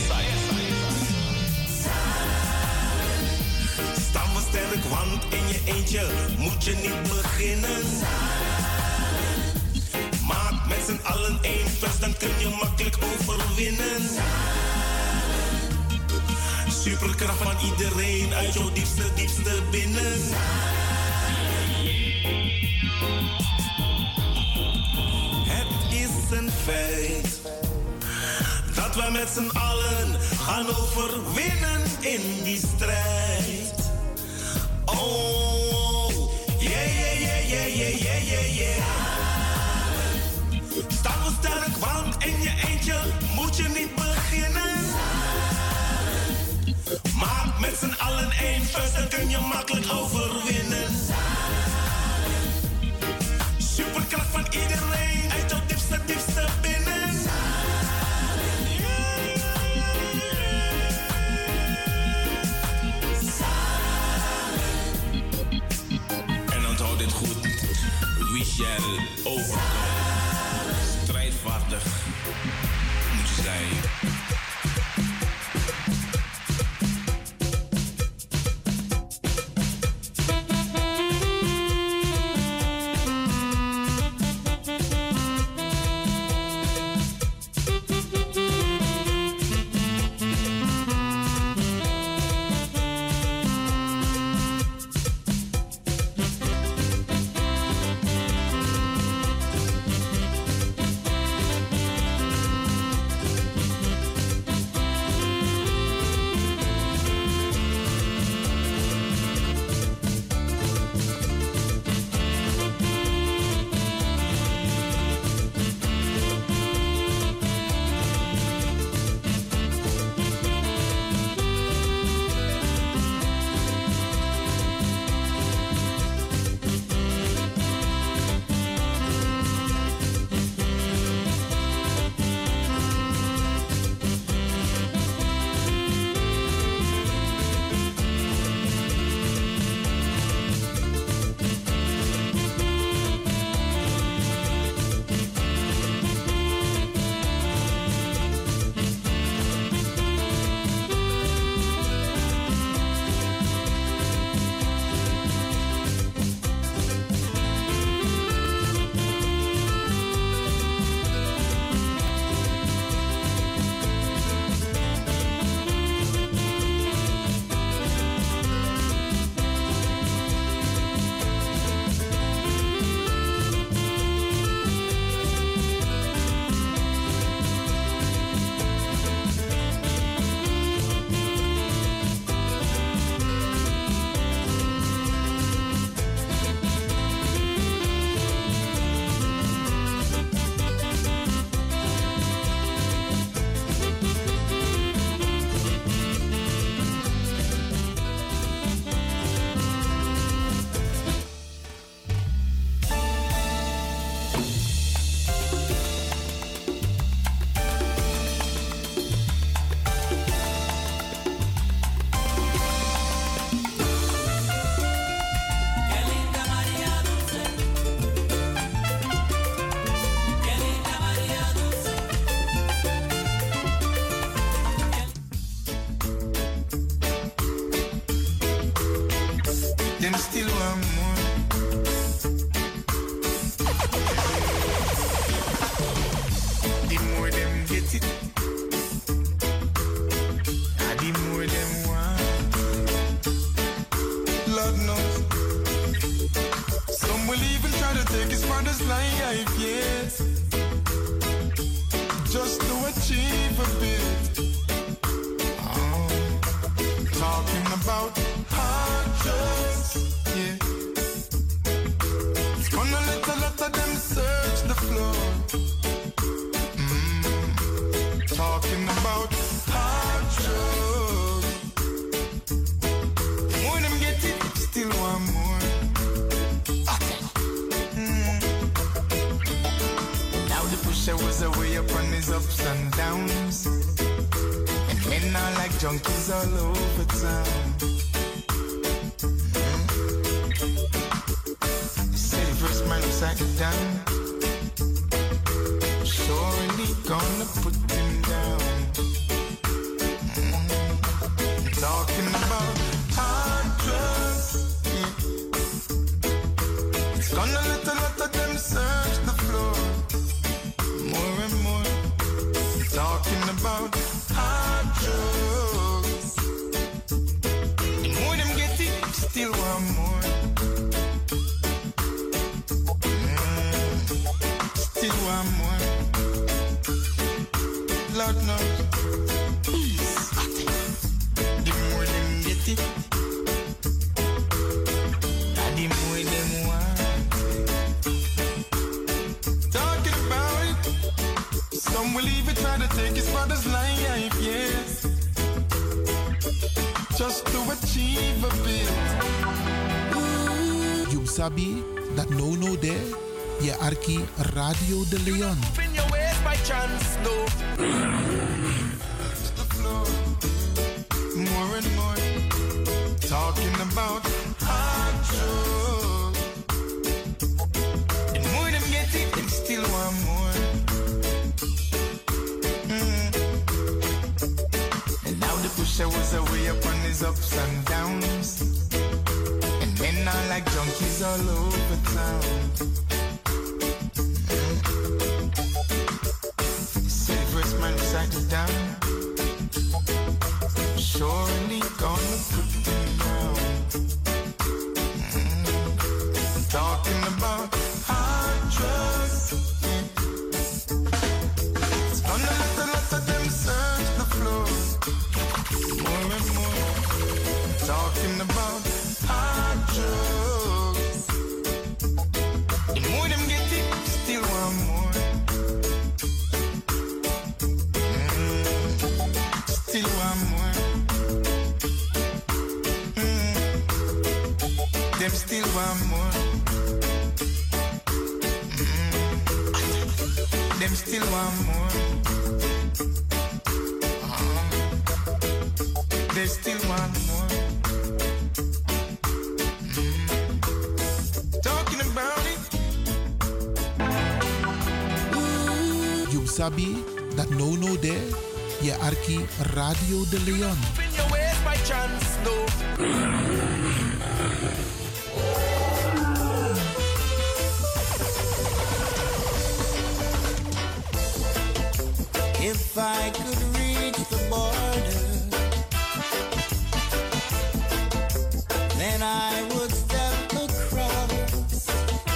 staan we sterk, want in je eentje moet je niet beginnen. Maak met z'n allen één vuist, dan kun je makkelijk overwinnen. Superkracht van iedereen uit jouw diepste binnen. Het is een feit dat we met z'n allen gaan overwinnen in die strijd. Oh, yeah. Staan we sterk, want in je eentje moet je niet beginnen. Maak met z'n allen één vuist, dan kun je makkelijk overwinnen. Superkracht van iedereen uit jouw diepste binnen. En onthoud dit goed, wie shall overkomen. Strijdvaardig moet je zijn.
them still want more. The more them get it, the more them want. Lord knows. Some will even try to take his father's life, yes, just to achieve a bit. Oh, talking about hard drugs, yeah. It's gonna let a lot of them search the floor. Talking about hard drugs. The more them get it, still want more. Now the pusher was away upon his ups and downs, and men are like junkies all over town. Say the first man beside it down, surely gonna put him down. Talking about hard drugs, yeah. It's gonna let a lot of them search the floor. More and more. Talking about hard drugs. The more them get it, still want more. Still want more. Lord knows. The more them get it, the more them want. Talking about it, some will even try to take his father's life, yes, just to achieve a bit.
You sabi dat no there, je arki Radio de Leon.
In your ways by chance, no. The floor, more and more, talking about hard drugs. And more them get it, them still want more. And now the pusher was away upon his ups and downs, and men are like junkies all over town. Say the first man beside it down, surely gonna put him down. Talking about hard drugs, yeah. It's gonna let a lot of them search the floor. More and more. Talking about hard drugs. The more them get it, still want more. Still want more. Them still want more. Them still want more. They still want more. Talking about it.
You sabi dat no there, je arki Radio de Leon.
In your ways by chance, no.
If I could reach the border, then I would step across.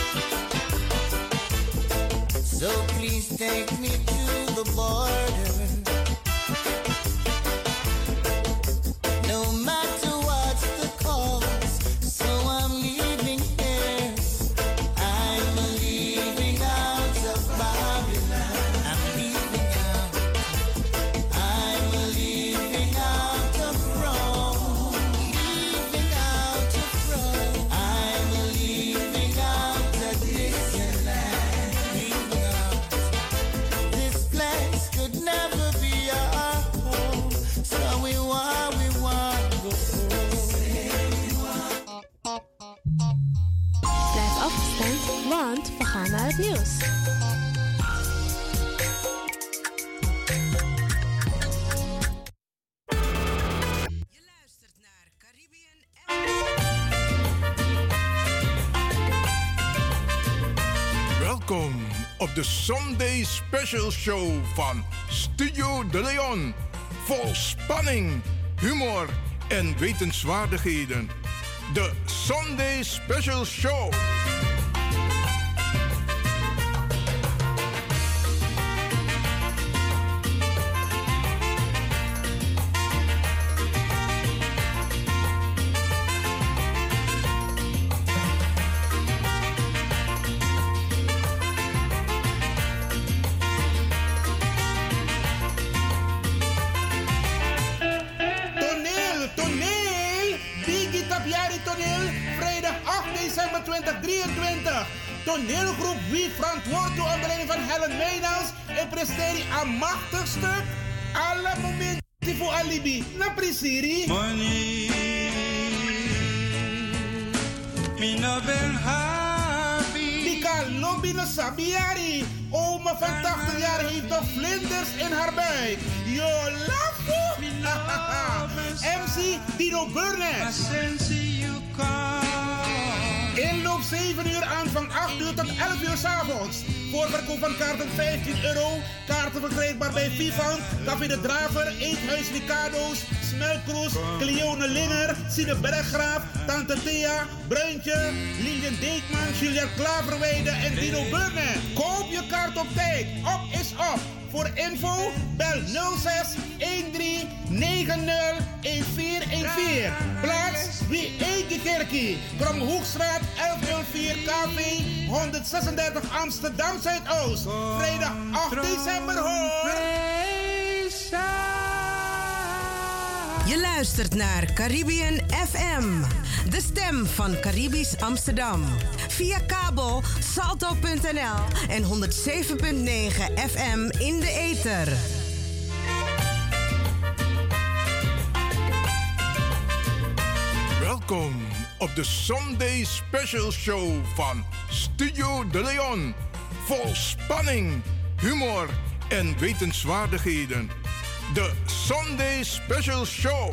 So please take me to the border. No matter what's the cost, so I'm leaving here. I'm leaving out of Babylon. I'm leaving out. I'm leaving out of Rome. Leaving out of Rome. I'm leaving out of this land. Leaving out. This place could never be our home. So we want go home.
Blijf afgestemd, want we gaan naar het nieuws.
Je luistert naar Caribbean FM.
Welkom op de Sunday Special Show van Studio De Leon. Vol spanning, humor en wetenswaardigheden. De Sunday Special Show.
December 2023. Toneelgroep Wie verantwoordt onder leiding van Helen Meynals en presteert een machtig stuk. Alle momenten voor alibi. Na prisiri.
Money. Mina ben happy.
Dika lobby no sabiari. Oma van 80 jaar heeft nog vlinders in haar buik. Yo lafo. MC Dino Burnett. Inloop 7 uur, aanvang 8 uur tot 11 uur 's avonds. Voorverkoop van kaarten €15. Kaarten verkrijgbaar bij Vivant, Café de Draver, Eethuis Ricardo's, Smelkroes, Cleone Linger, Sine Berggraaf, Tante Thea, Bruintje, Lilian Deekman, Julia Klaverweide en Dino Burnett. Koop je kaart op tijd. Op is op. Voor info bel 06 13 90 1414. Plaats Wie Eet Kerkie. Kromhoekstraat 1104 KV 136 Amsterdam Zuidoost. Vrijdag 8 december hoor.
Je luistert naar Caribbean FM, de stem van Caribisch Amsterdam. Via kabel salto.nl en 107.9 FM in de ether.
Welkom op de Sunday Special Show van Studio De Leon. Vol spanning, humor en wetenswaardigheden. De Sunday Special Show.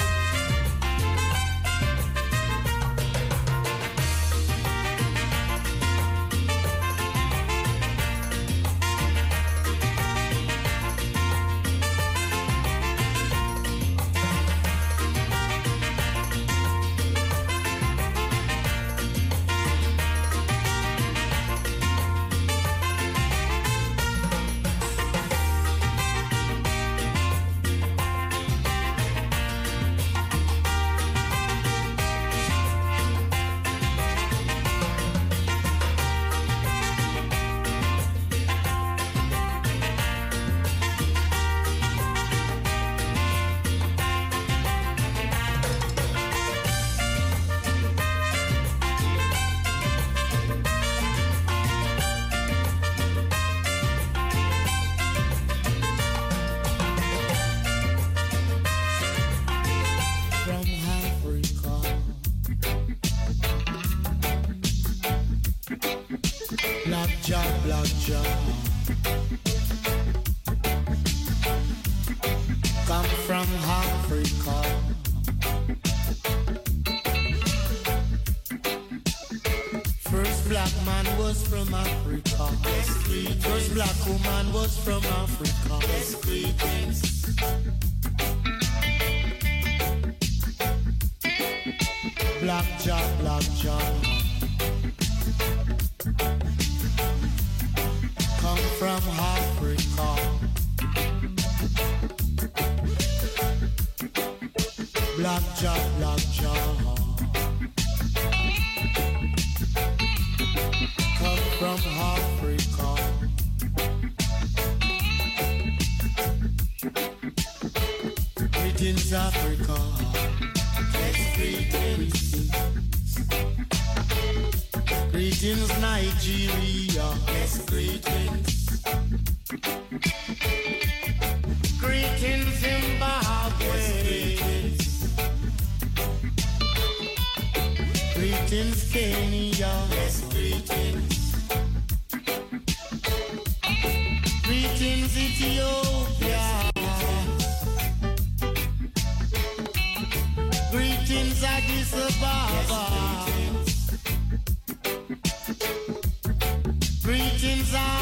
Greetings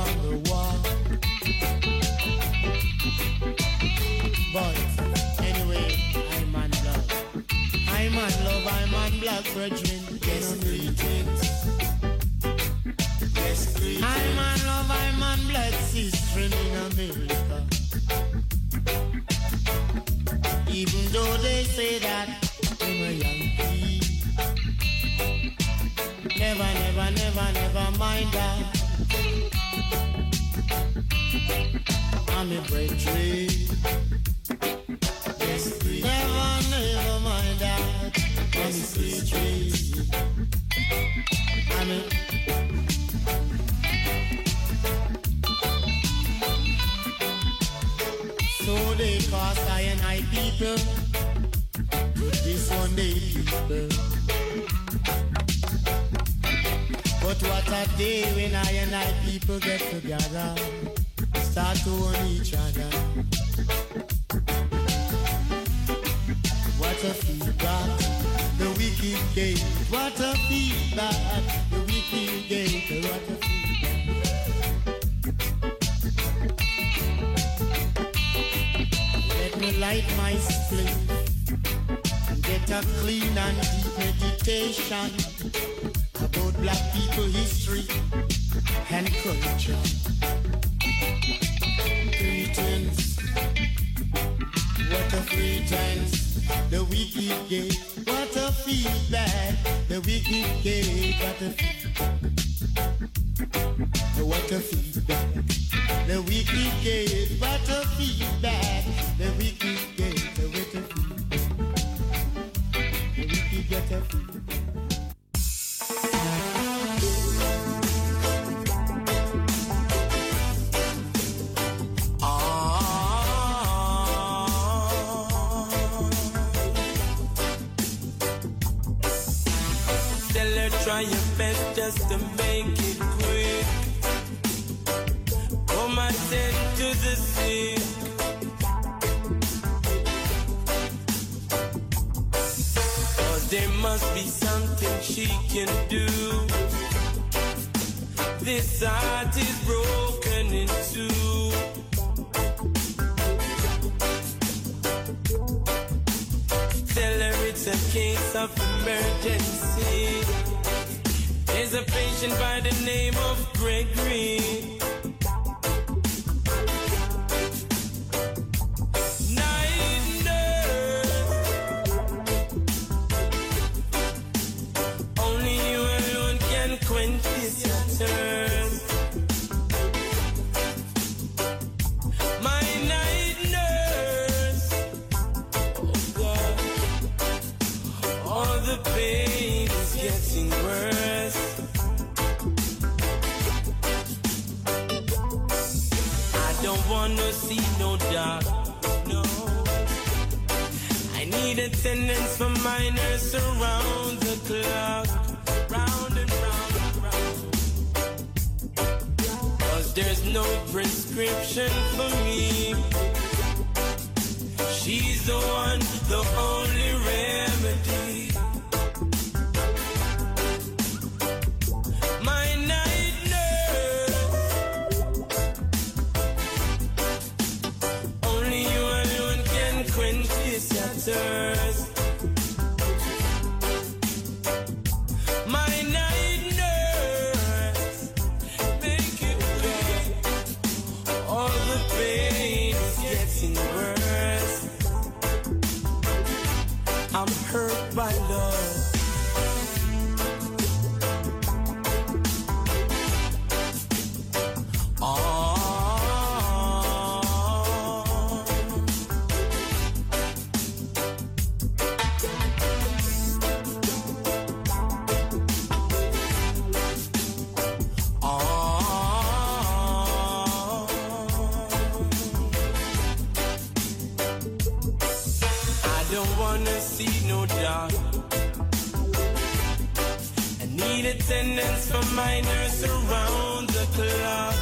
on the wall. But anyway, I'm on love. I'm on love, I'm on black brethren. Yes, greetings. Yes, greetings. I'm on love, I'm on black sister in America. Even though they say that I'm a Yankee. Never, never, never, never mind that. I'm a brethren. Yes, never, never mind that. I'm a brethren. I'm a so they call I and I people, this one day people. But what a day when I and I people get together, start to own each other. What a feedback, the wicked gate. What a feedback, the wicked gate. What a feedback. Let me light my split and get a clean and deep meditation about black people history and culture. Greetings, what a pretense, the wicked gate. What a feedback, the wicked gate. What a feedback, what a feedback, the wicked gate. What a feedback, the wicked gate. The wicked get a feedback.
Try your best just to make it quick. Come and tend to the sick. Cause there must be something she can do. This heart is broken in two. Tell her it's a case of emergency. There's a patient by the name of Gregory. Night nurse, only you alone can quench this thirst. My night nurse, oh God, all the pain is getting worse. Don't wanna see no dark, no. I need attendance for minors around the clock, round and round and round. Cause there's no prescription for me. She's the one, the only remedy. My night nurse, only you alone can quench this thirst. My night nurse, make it right. All the pain is getting worse. I'm hurt by love. Attendance for minors around the clock.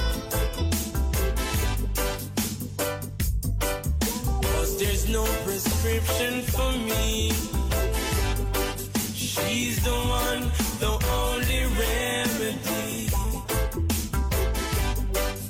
Cause there's no prescription for me. She's the one, the only remedy.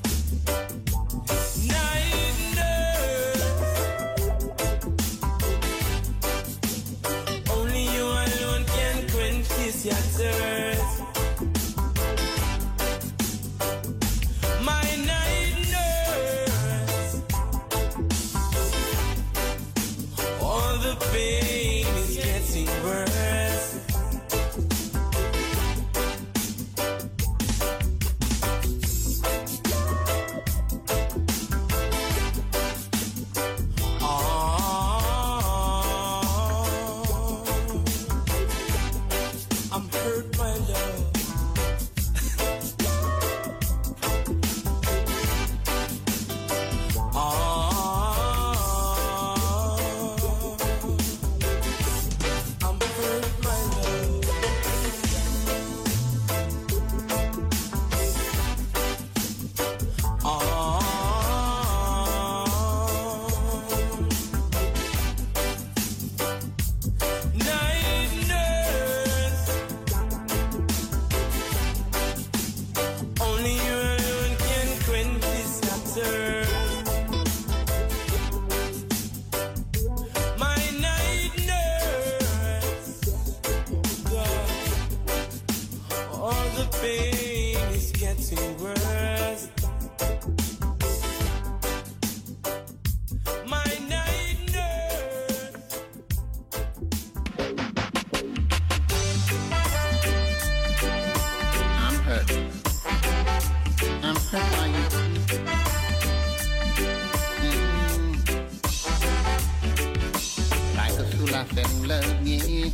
I fell in love, yeah.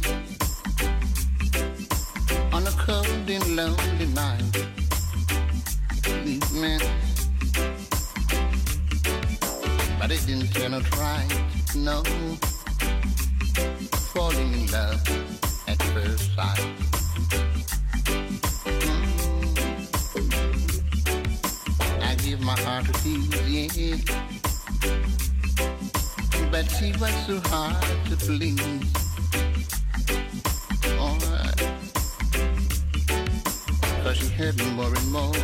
On a cold and lonely night. Believe me. But it didn't turn out right, no. Falling in love at first sight. I give my heart to ease, yeah. But she was so hard to please. Alright. Cause she hurt me more and more.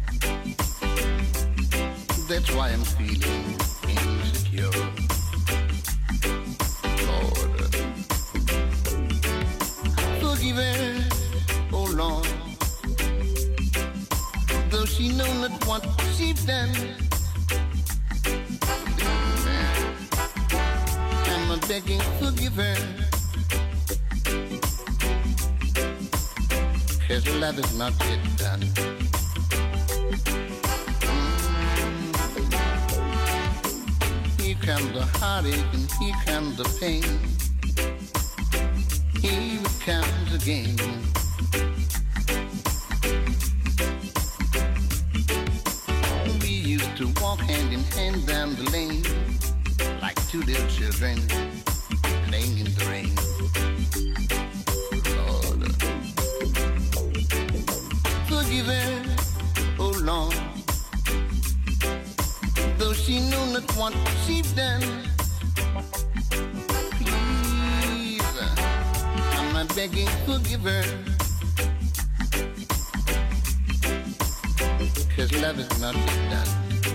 That's why I'm feeling insecure. Lord, forgive her, oh Lord. Though she know not what she's done. I'm begging, forgive her. 'Cause love is not yet done. Here comes the heartache and here comes the pain. Here it comes again. We used to walk hand in hand down the lane like two little children playing in the rain. Lord, forgive her, oh Lord. Though she knew not what she'd done. Please, I'm not begging, forgive her. 'Cause love is not yet done.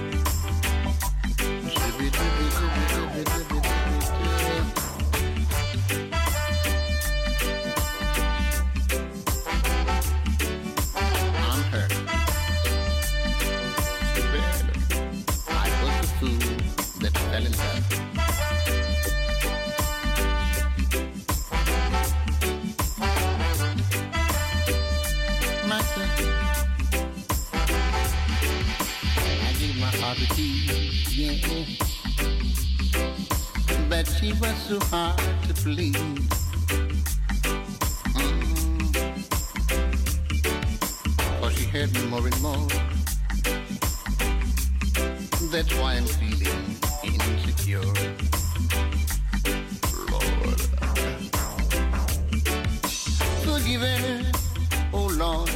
I'm hurt. I was the fool that fell in love. Master, I gave my heart to tease, yeah. But she was so hard to please. For she hurt me more and more. That's why I'm feeling insecure. Lord, forgive her, oh Lord.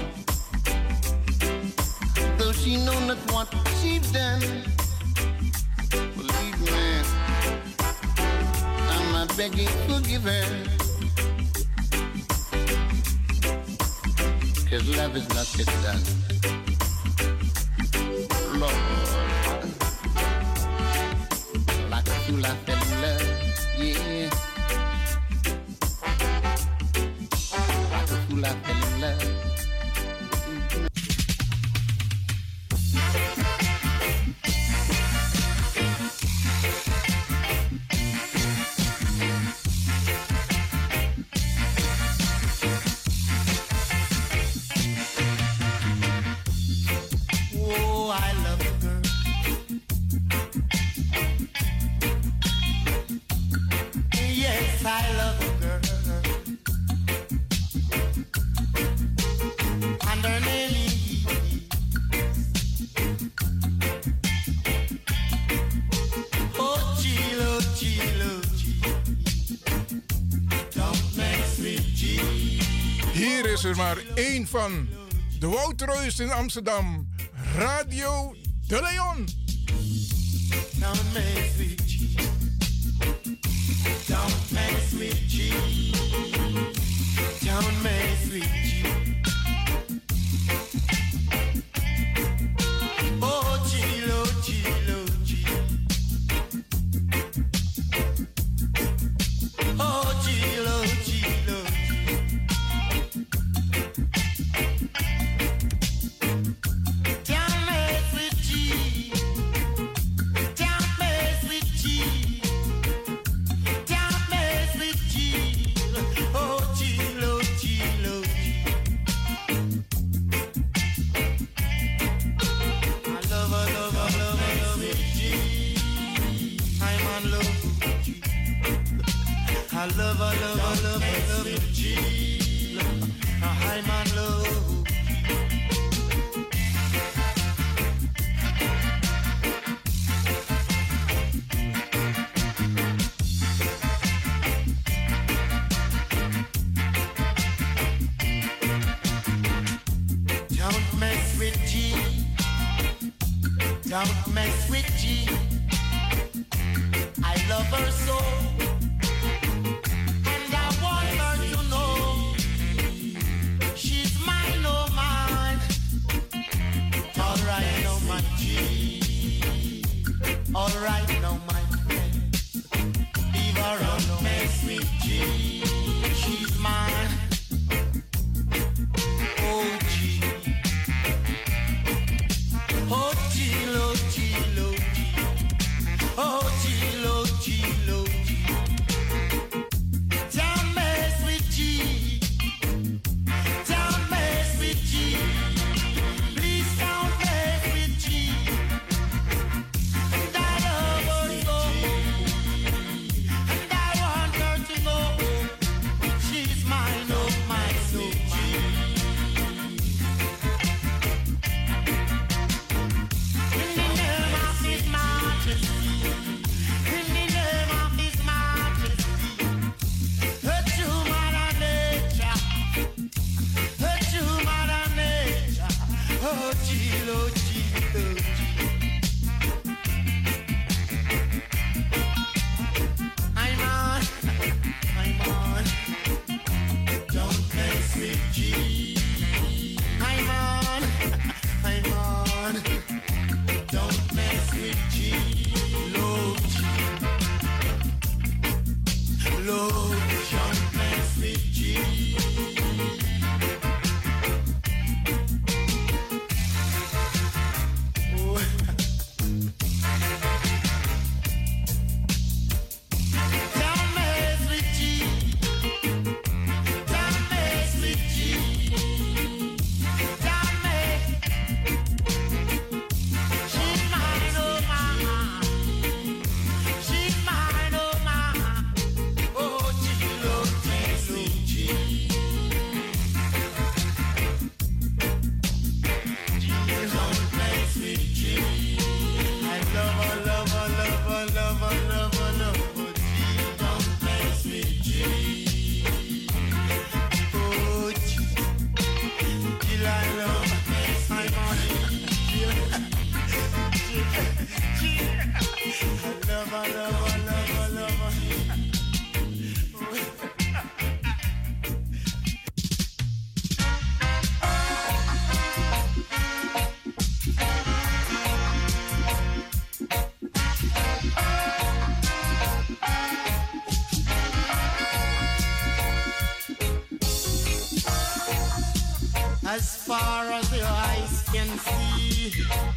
Though she know not what she's done. Believe me, I'm not begging, forgive her. 'Cause love is not yet done. Lord, like a fool I fell in love, yeah. Like a fool I fell in love.
Is er maar één van. De Woudreus in Amsterdam. Radio De Leon.
Don't mess with G. Don't mess with G. Don't mess with G. Oh, Gilo, Gilo, G. Oh, Gilo, Gilo. Don't mess with G.
love, I love, I love, I love you. I'm on love. Don't mess with G. Don't mess with G. I love her so, and I want her to know she's mine, oh mine. Alright, no my G. Alright, no my friend. Leave her alone. Don't mess with G. She's mine. Oh G. Oh G, oh G, oh G. Oh G, oh G, oh G. Don't mess with G. Don't mess with G. Please don't mess with G. And I love her so, and I want her to know she's mine, oh my soul. In the name of His Majesty, in the name of His Majesty, a true mother nature, a true mother nature. Oh, Jill, oh, Jill, oh, Jill. I'm on. Don't mess with G. I'm on. Don't mess with G. Low G. Low, don't mess with G. Oh. Don't mess with G. Don't mess with G. Don't mess. She's mine, oh my. She's mine, oh my. Oh G, oh G, oh G. Don't mess with G. I love her, love her, love her, love her, love her, love her. G, don't mess with G. Oh G, G, I love her. I'm on it. G, I love her, love her, love her, love her. As far as your eyes can see,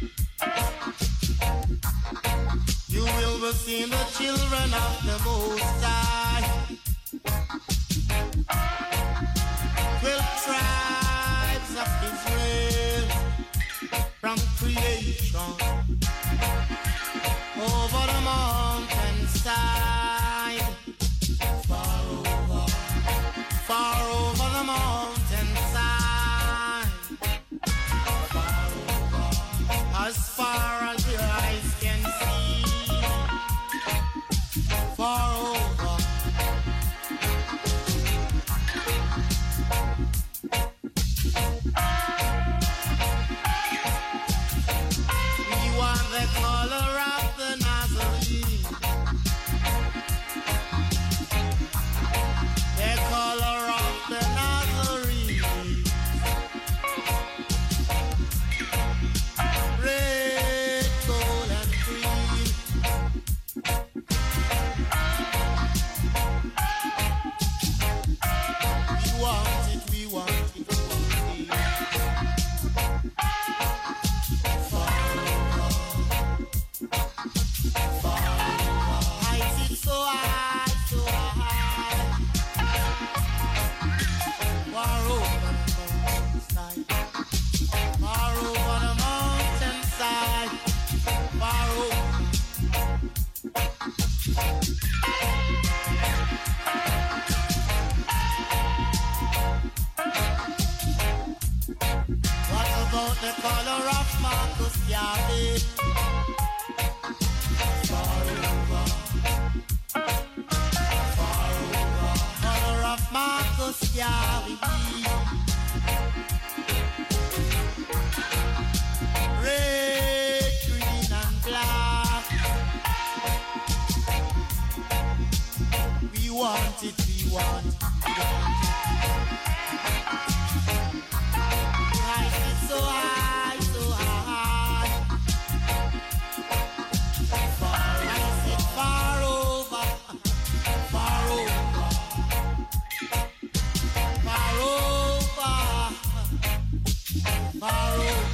you will be seeing the children of the Most High. 12 tribes of Israel from creation over the mountainside, far over the mountainside. As far as your eyes can see, far over. We want the color of the Nazarene. carry. Red, green and black. We want it, we want it. Rise it so high, so high. Rise it far over, far over, far over, far over.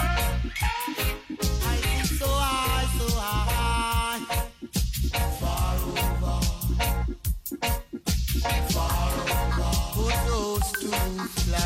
Rise it so high, so high. Far over, far over. Put those two flags.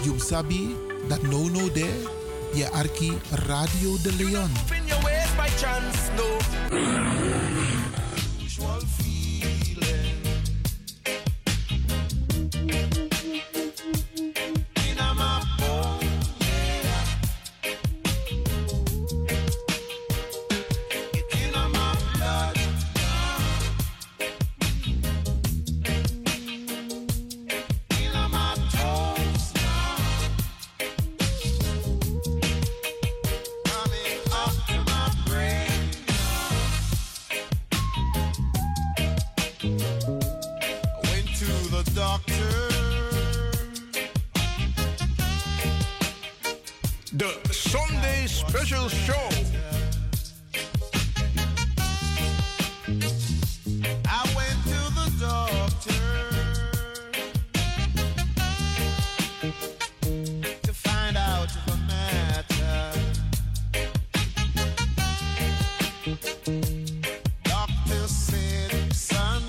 You sabi dat no there, je arki Radio de Leon.
In your ways by chance, no.
The Sunday Special Show.
I went to the doctor to find out the matter. Doctor said, son,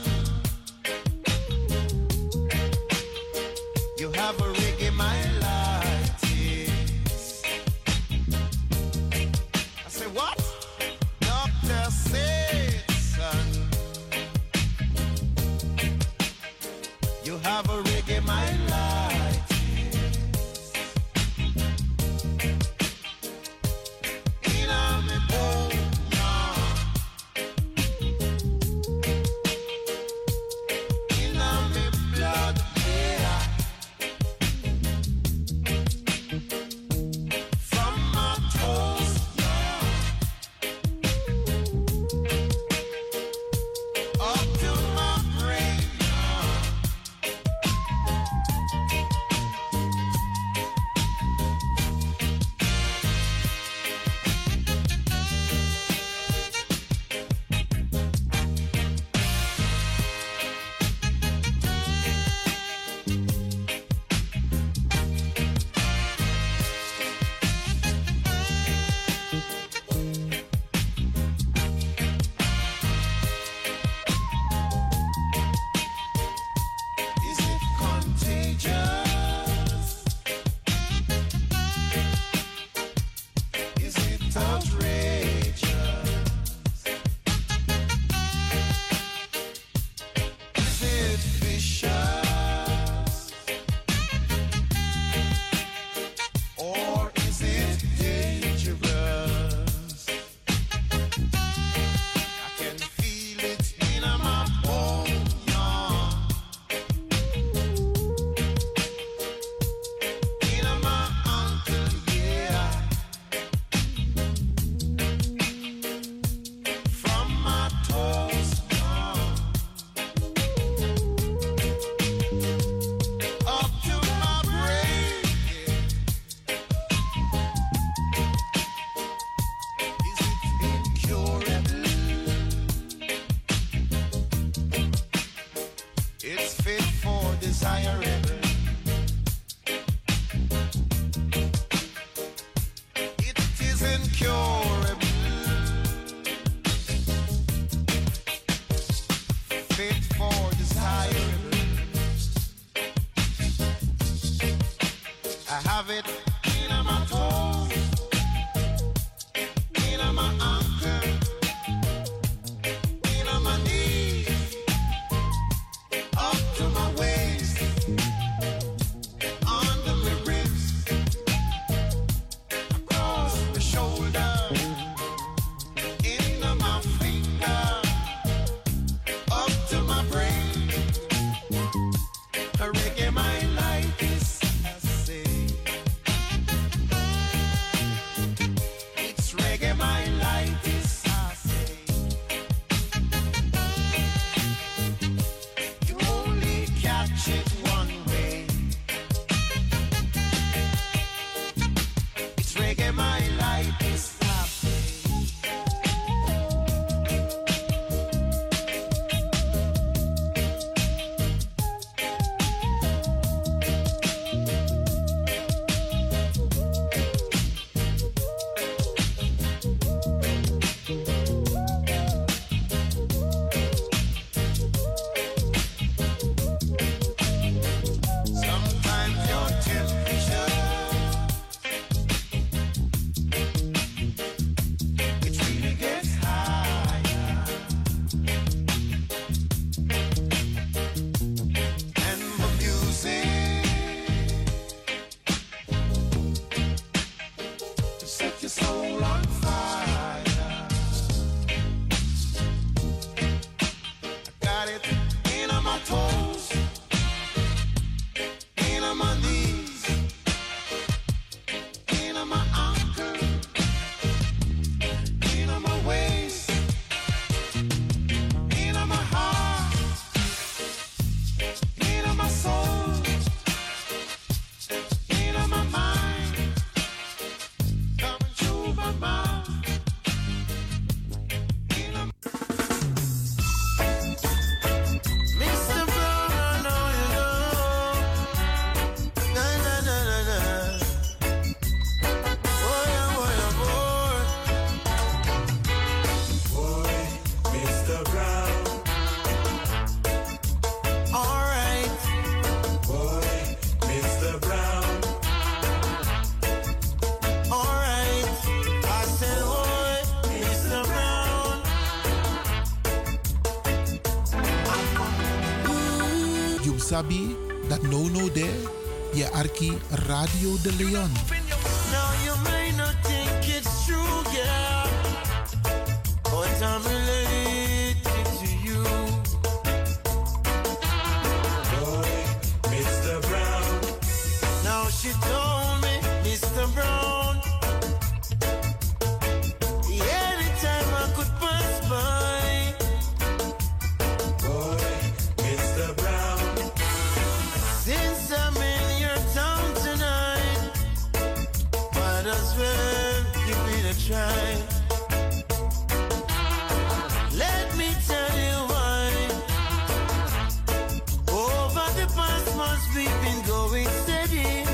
you have a rig in my lights. I said, what? Doctor said, son, you have a rig in my lights. In a me bone, in a me blood, yeah. From my toes, up to my brain, is it contagious? Is it outrageous? Is it vicious? Or is it dangerous? I can feel it in my bone, in my ankle, yeah. From my toes, up to my brain, is it incurable? It's fit for desirable. It is incurable. Fit for desirable. I have it in my toes, in my ankle, in my knees, up to my waist, under my ribs, across the shoulder, in my finger, up to my brain. A reggae my life is, I say.
sabi dat no there, je arki Radio de Leon.
Now you may not think it's true, yeah, but I'm related to you. Boy, Mr. Brown. Now she told me, Mr. Brown, anytime I could pass by. Boy, Mr. Brown. Since I'm in your town tonight, might as well give it a try. Let me tell you why. Over the past months we've been going steady.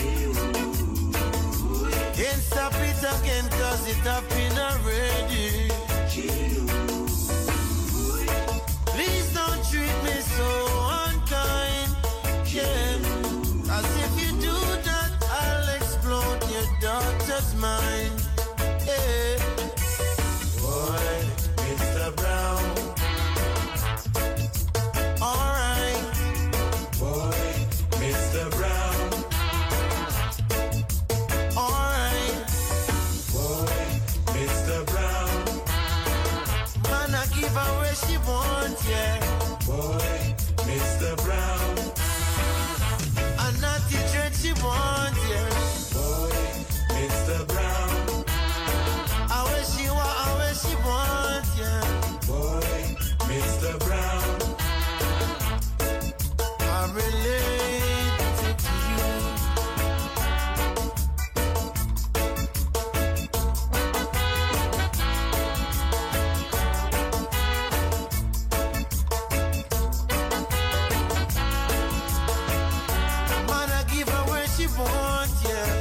Can't stop it again cause it happened already. Please don't treat me so unkind. Yeah, as if you do that, I'll explode your daughter's mind. Yeah. Boy, Mr. Brown. Alright. Boy, Mr. Brown. Alright. Boy, Mr. Brown. Man, I give her where she wants, yeah. Boy, Mr. Brown. And not the dread she wants, yeah. Boy, Mr. Brown. I wish she wants, yeah. Boy, Mr. Brown. I'm related to you. Man, I give her where she wants, yeah.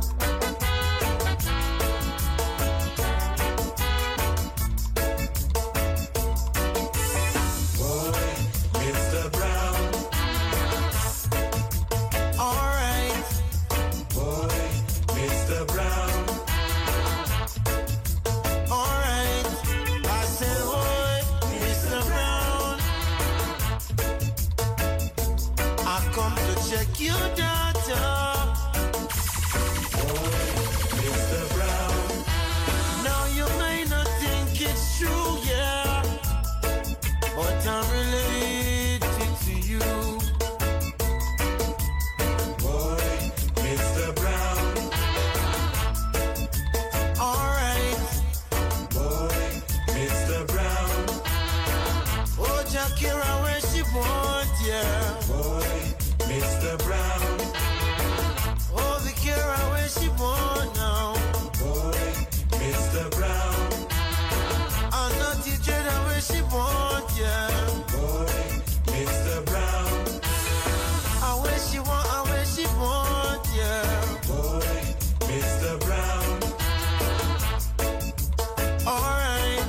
Boy, Mr. Brown. Alright. Boy, Mr. Brown. Alright. I said, boy, Mr. Brown. I come to check your daughter. Boy, Mr. Brown. Now you may not think it's true, yeah, but I'm related to you. Boy, Mr. Brown. Alright. Boy, Mr. Brown. Oh, Jakira, where she want, yeah. Boy, Mr. Brown. Oh, Vikira, where she want now. Boy, Mr. Brown. I'm not the Jada, where she want, yeah. Boy, Mr. Brown. I wish she want, yeah. Boy, Mr. Brown. Alright.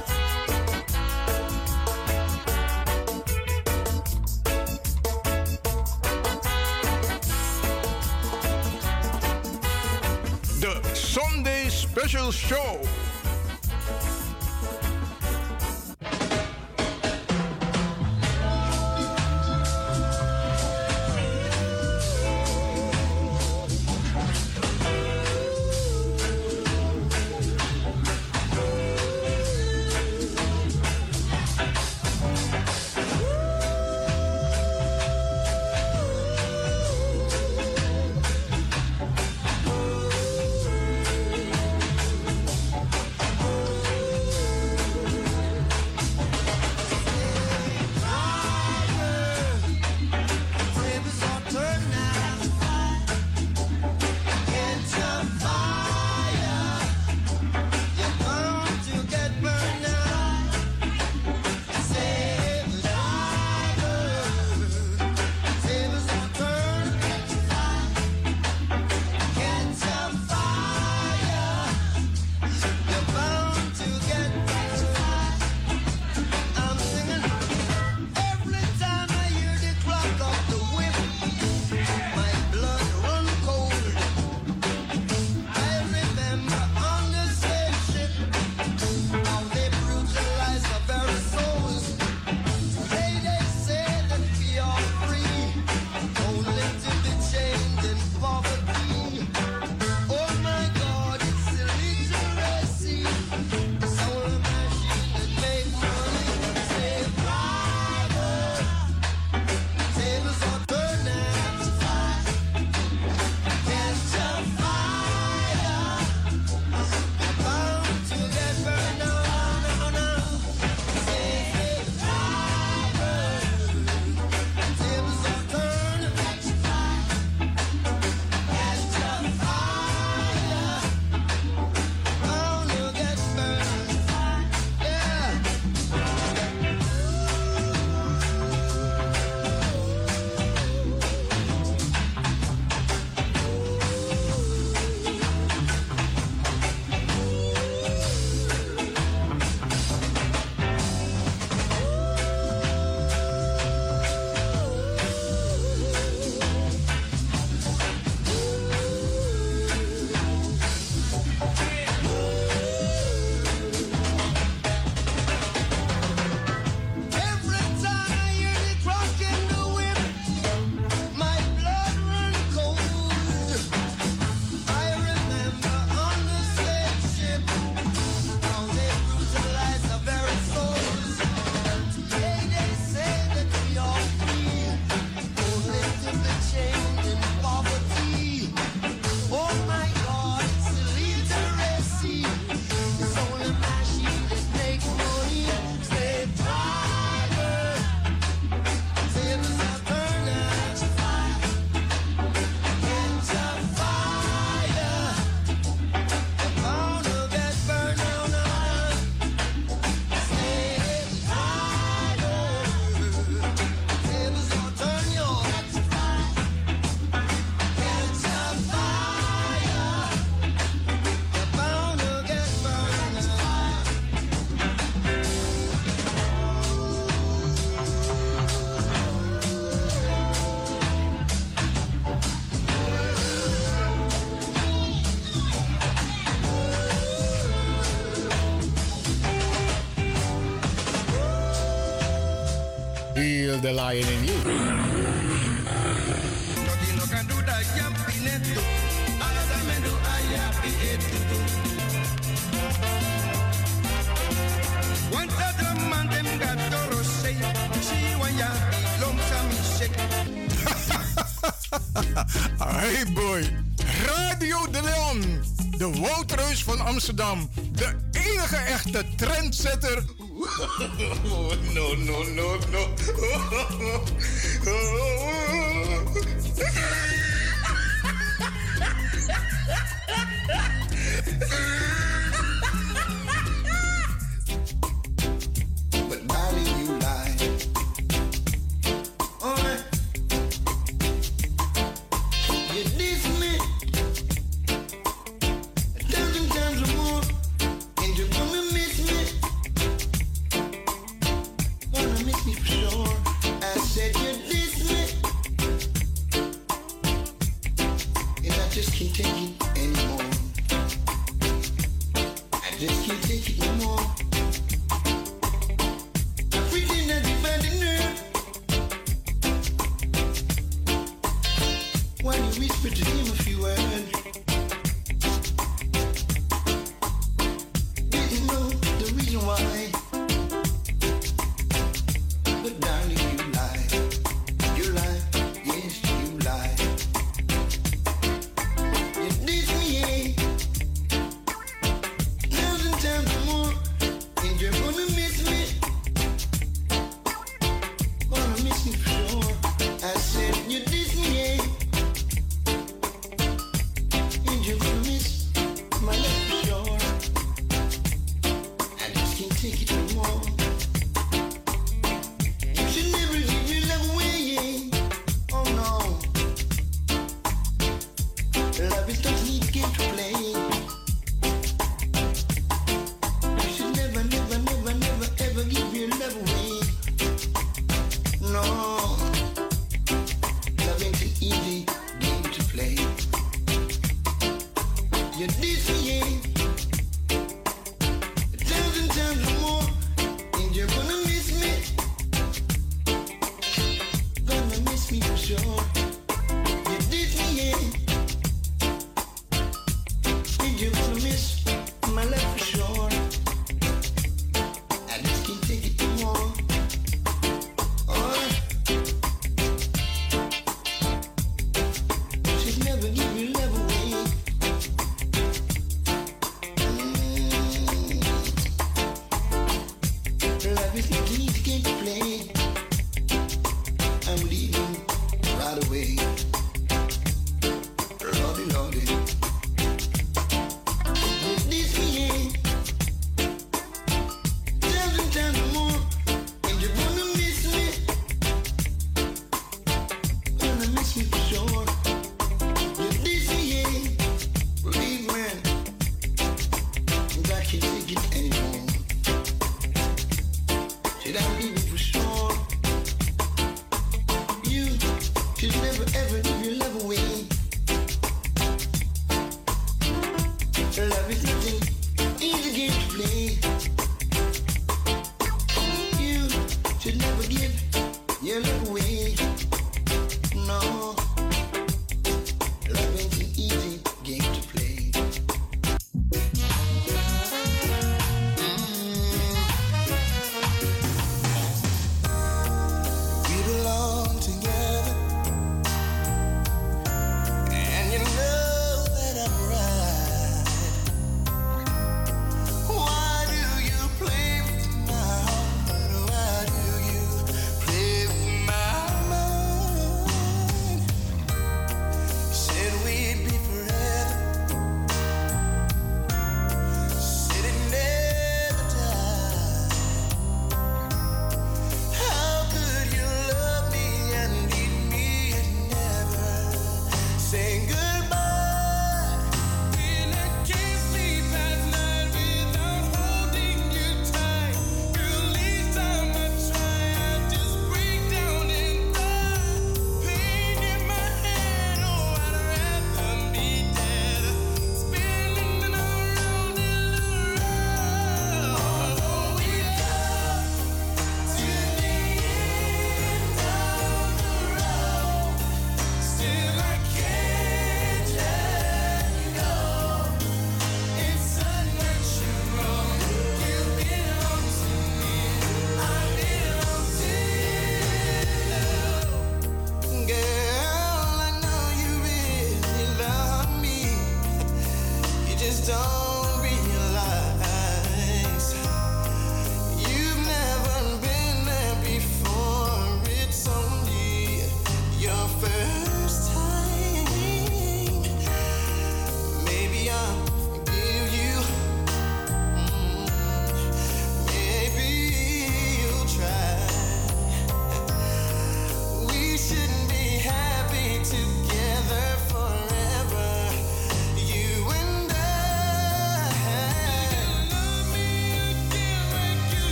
The Sunday Special Show.
still the lion in you.
Hey boy, Radio de Leon, de Woudreus van Amsterdam, de enige echte trendsetter. No, no, no, no.
But darling, you lie. You diss me 1,000 times or more, and you're gonna miss me. Gonna miss me for sure. I said you diss me, and I just can't take it anymore. I just can't take it no more. Everything that you find in her, why you whisper to him a few words? Didn't know the reason why. But darling, you lie. You lie. Yes, you lie. You diss me, yeah. 1,000 times or more, and you're gonna miss me. Gonna miss me for sure. I said you diss me, yeah. And you're gonna miss my love for sure. I just can't take it no more. You should never give your love away, yeah. Oh no. Love is not an easy game to play. You should never, never, never, never, ever give your love away. No. Love ain't an easy game to play. You diss me, yeah. 1,000 times or more, and you're gonna miss me. Gonna miss me for sure. You diss me, yeah. And you're gonna miss my love for sure. I just can't take it no more. Oh. Should never give your love away.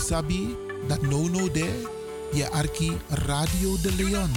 sabi dat no there, je arki Radio de Leon.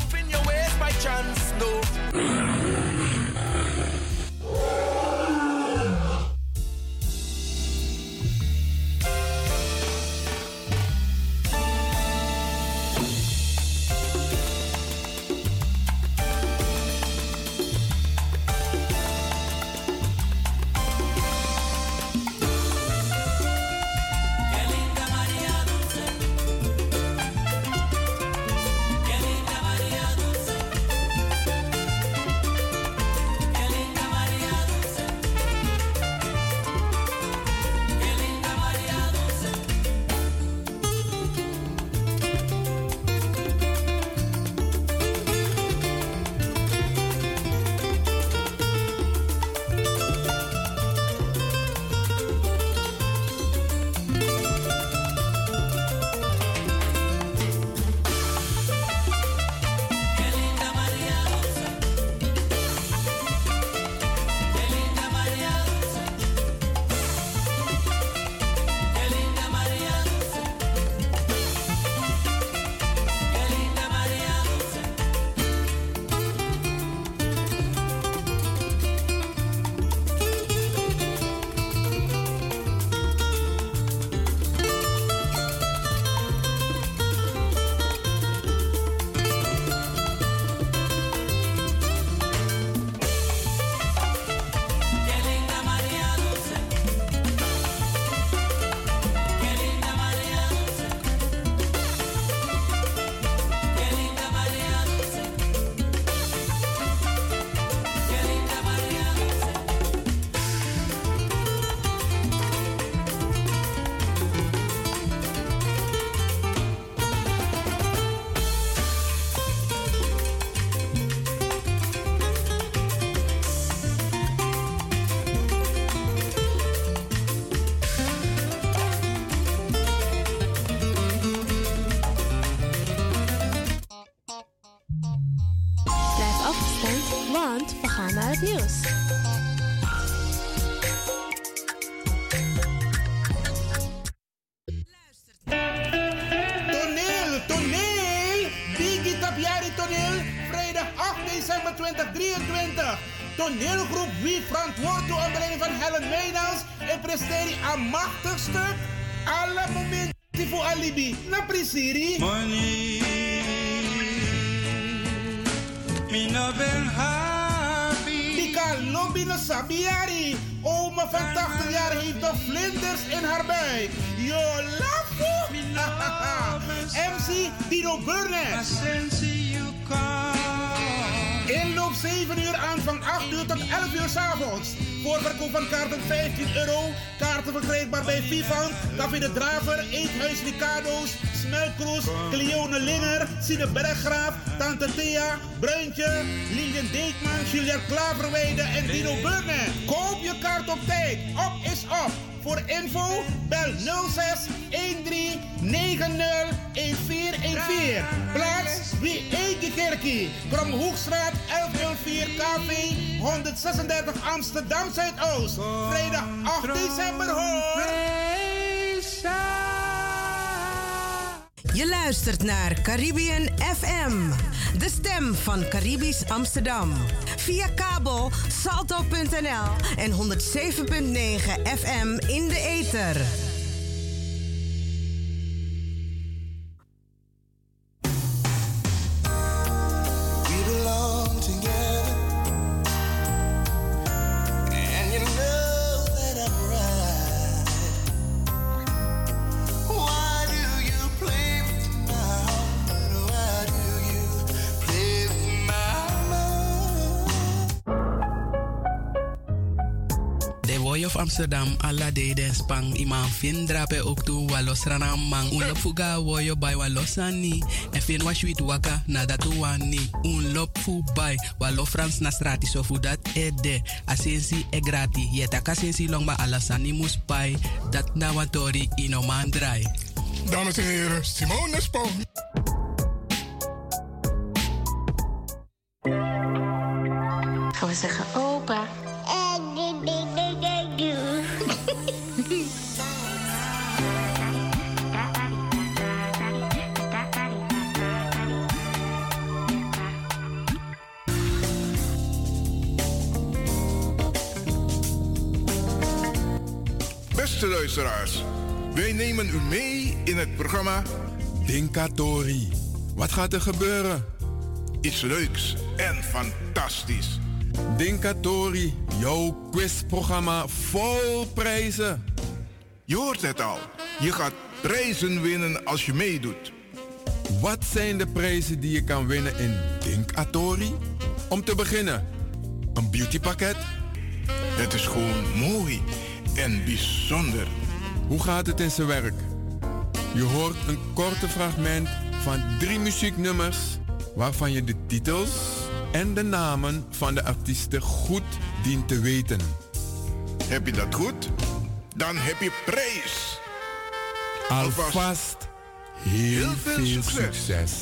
want we gaan naar het nieuws.
Toneel! Biggie Tapiari Toneel, vrijdag 8 december 2023. Toneelgroep Wie verantwoord door onder leiding van Helen Meijnals en presteert een machtig stuk. Alle momenten voor alibi. Na prisiri.
Money, me no ben happy.
Dika lobby no sabiari. Oma van 80 jaar heeft nog vlinders in haar buik. Yo lafo. MC Dino Burnett. Inloop 7 uur, aanvang 8 uur tot 11 uur 's avonds. Voorverkoop van kaarten €15. Kaarten verkrijgbaar bij Vivant, Café de Draver, Eethuis Ricardo's, Smelkroes, Cleone Linger, Sine Berggraaf, Tante Thea, Bruintje, Lilian Deekman, Julia Klaverweide en Dino Burnett. Koop je kaart op tijd. Op is op. Voor info bel 06 13 90 1414. Plaats Wie Eike Kerkie. Kromhoekstraat 1104 KV 136 Amsterdam Zuidoost. Vrijdag 8 december hoor.
Je luistert naar Caribbean FM, de stem van Caribisch Amsterdam. Via kabel salto.nl en 107.9 FM in de ether.
Of Amsterdam, alla de den spang iman fin drape ook toe walos ranam mang unlop fuga woyo by walosani en fin washwit waka nadatu wani unlop fu by walo Frans na strati so fu dat ede asensi e grati yetaka sensi longba alasani muspai dat na watori inoman drai.
Dames en heren, Simone Spong.
Gaan we zeggen opa.
Beste luisteraars, wij nemen u mee in het programma
Dinkatori. Wat gaat er gebeuren?
Iets leuks en fantastisch.
Dinkatori, jouw quizprogramma vol prijzen.
Je hoort het al. Je gaat prijzen winnen als je meedoet.
Wat zijn de prijzen die je kan winnen in Dinkatori? Om te beginnen, een beautypakket.
Het is gewoon mooi en bijzonder.
Hoe gaat het in zijn werk? Je hoort een korte fragment van 3 muzieknummers waarvan je de titels en de namen van de artiesten goed dient te weten.
Heb je dat goed? Dan heb je prijs.
Alvast heel veel succes.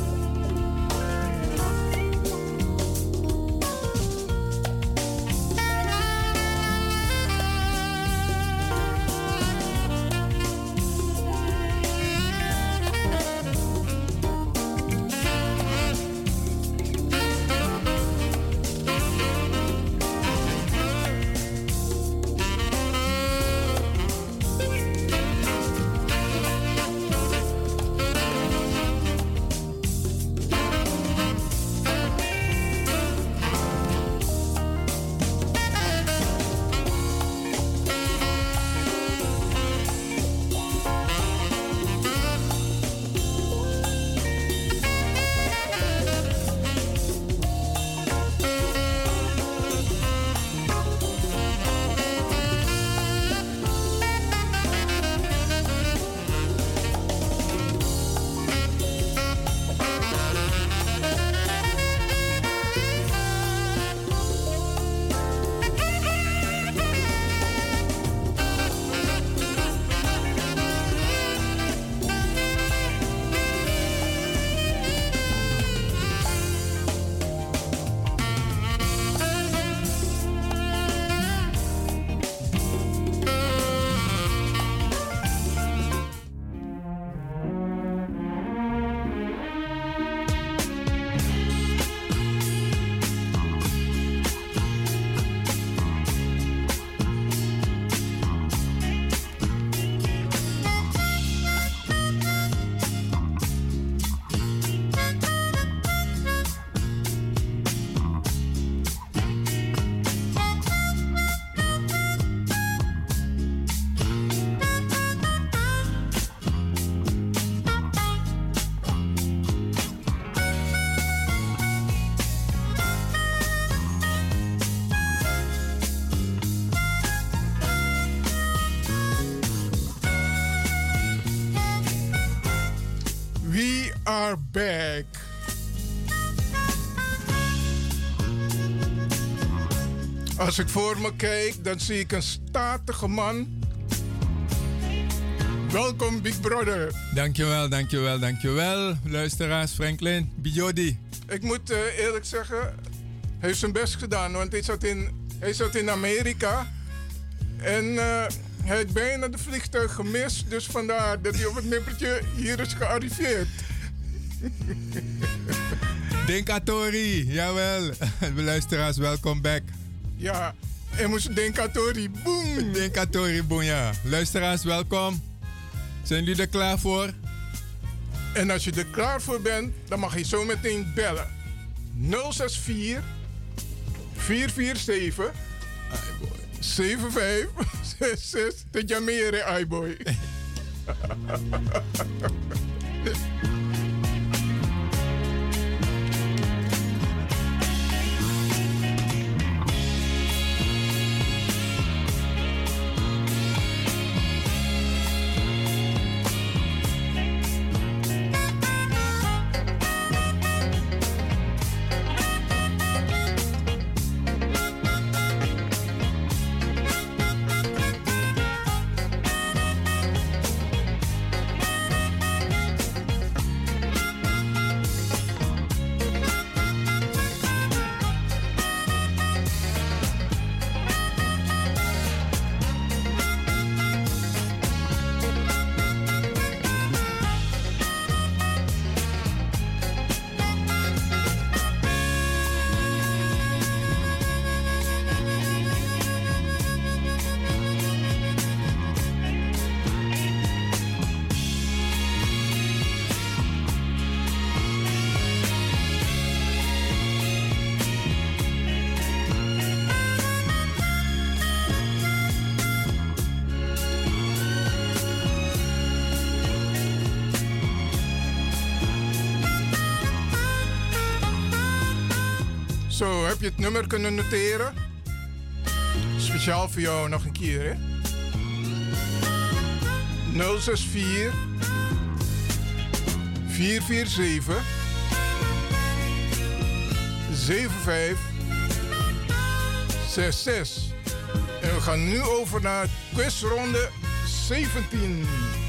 Are back. Als ik voor me kijk, dan zie ik een statige man. Welkom, Big Brother.
Dankjewel, dankjewel, dankjewel. Luisteraars, Franklin, Bijodi.
Ik moet eerlijk zeggen, hij heeft zijn best gedaan, want hij zat in Amerika. En hij heeft bijna de vliegtuig gemist, dus vandaar dat hij op het nippertje hier is gearriveerd.
Dinkatori, jawel. Luisteraars, welkom back.
Ja, er moest Dinkatori, boem.
Dinkatori, boem, ja. Luisteraars, welkom. Zijn jullie er klaar voor?
En als je er klaar voor bent, dan mag je zo meteen bellen. 064 447 7566. Te jameren, aiboy.
Zo, heb je het nummer kunnen noteren? Speciaal voor jou nog een keer, hè? 064 447 7566. En we gaan nu over naar quizronde 17.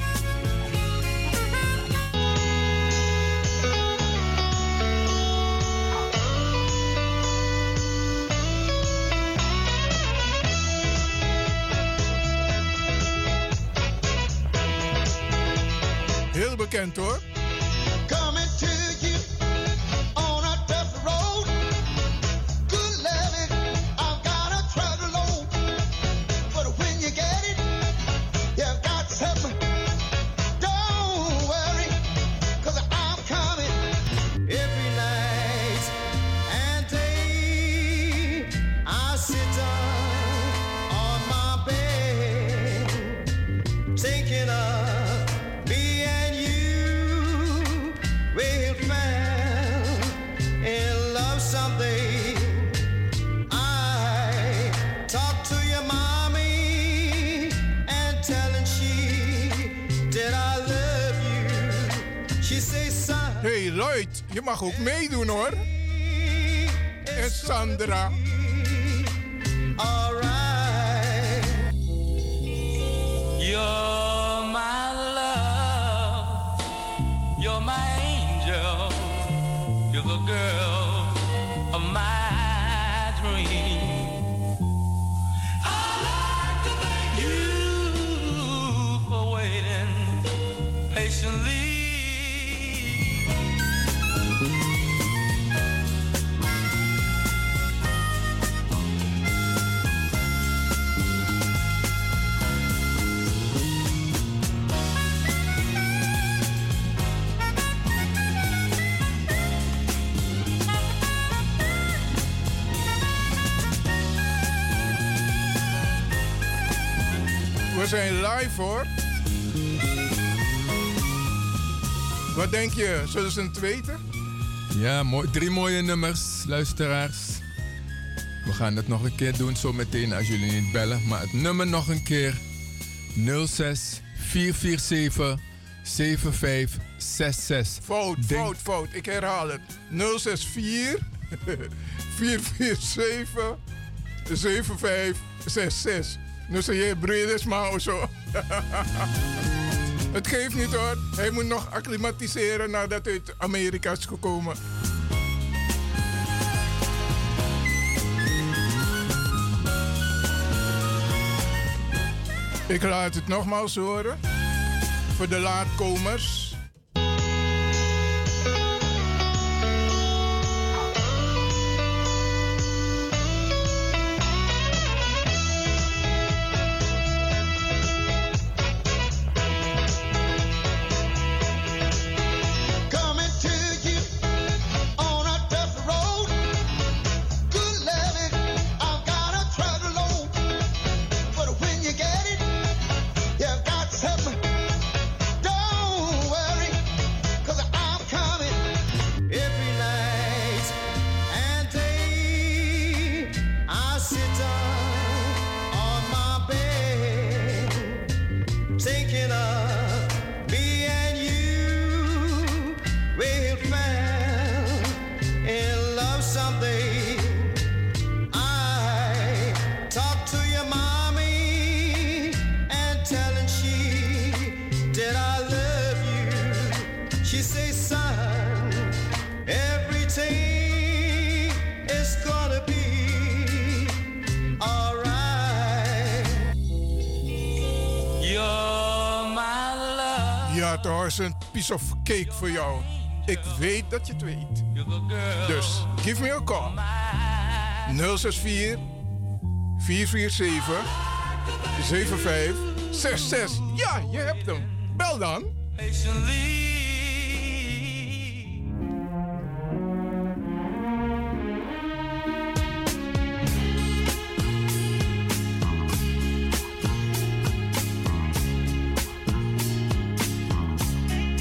Heel bekend hoor.
Coming to you on a tough road. Good living, I've got a trouble load. But when you get it, you've got something. Don't worry, 'cause I'm coming every night and day. I sit down on my bed, thinking of me and you will find in love someday. I talk to your mommy and telling she that I love you. She says, son.
Hey Lloyd, je mag ook meedoen hoor. En Sandra.
Alright.
You're my love, you're my angel, you're the girl of my dream. I'd like to thank you for waiting patiently.
We zijn live hoor. Wat denk je? Zullen ze het weten?
Ja, 3 mooie nummers, luisteraars. We gaan het nog een keer doen zo meteen als jullie niet bellen. Maar het nummer nog een keer. 06 447 7566.
Fout. Ik herhaal het. 064 447 7566. Nu zeg je broeders maar of zo. Het geeft niet hoor. Hij moet nog acclimatiseren nadat hij uit Amerika is gekomen. Ik laat het nogmaals horen. Voor de laatkomers.
Coming to you on a tough road. Good living, I've got a trouble load. But when you get it, you've got something. Don't worry, 'cause I'm coming every night and day. I sit down on my bed, thinking of me and you will find in love someday. I talk to your mommy and telling she that I love you. She says, son, everything is gonna be alright.
You're my love.
Ja, toch is een piece of cake voor jou. Ik weet dat je het weet. Dus, give me a call. 064 447 7566. Ja, je hebt hem. Bel dan.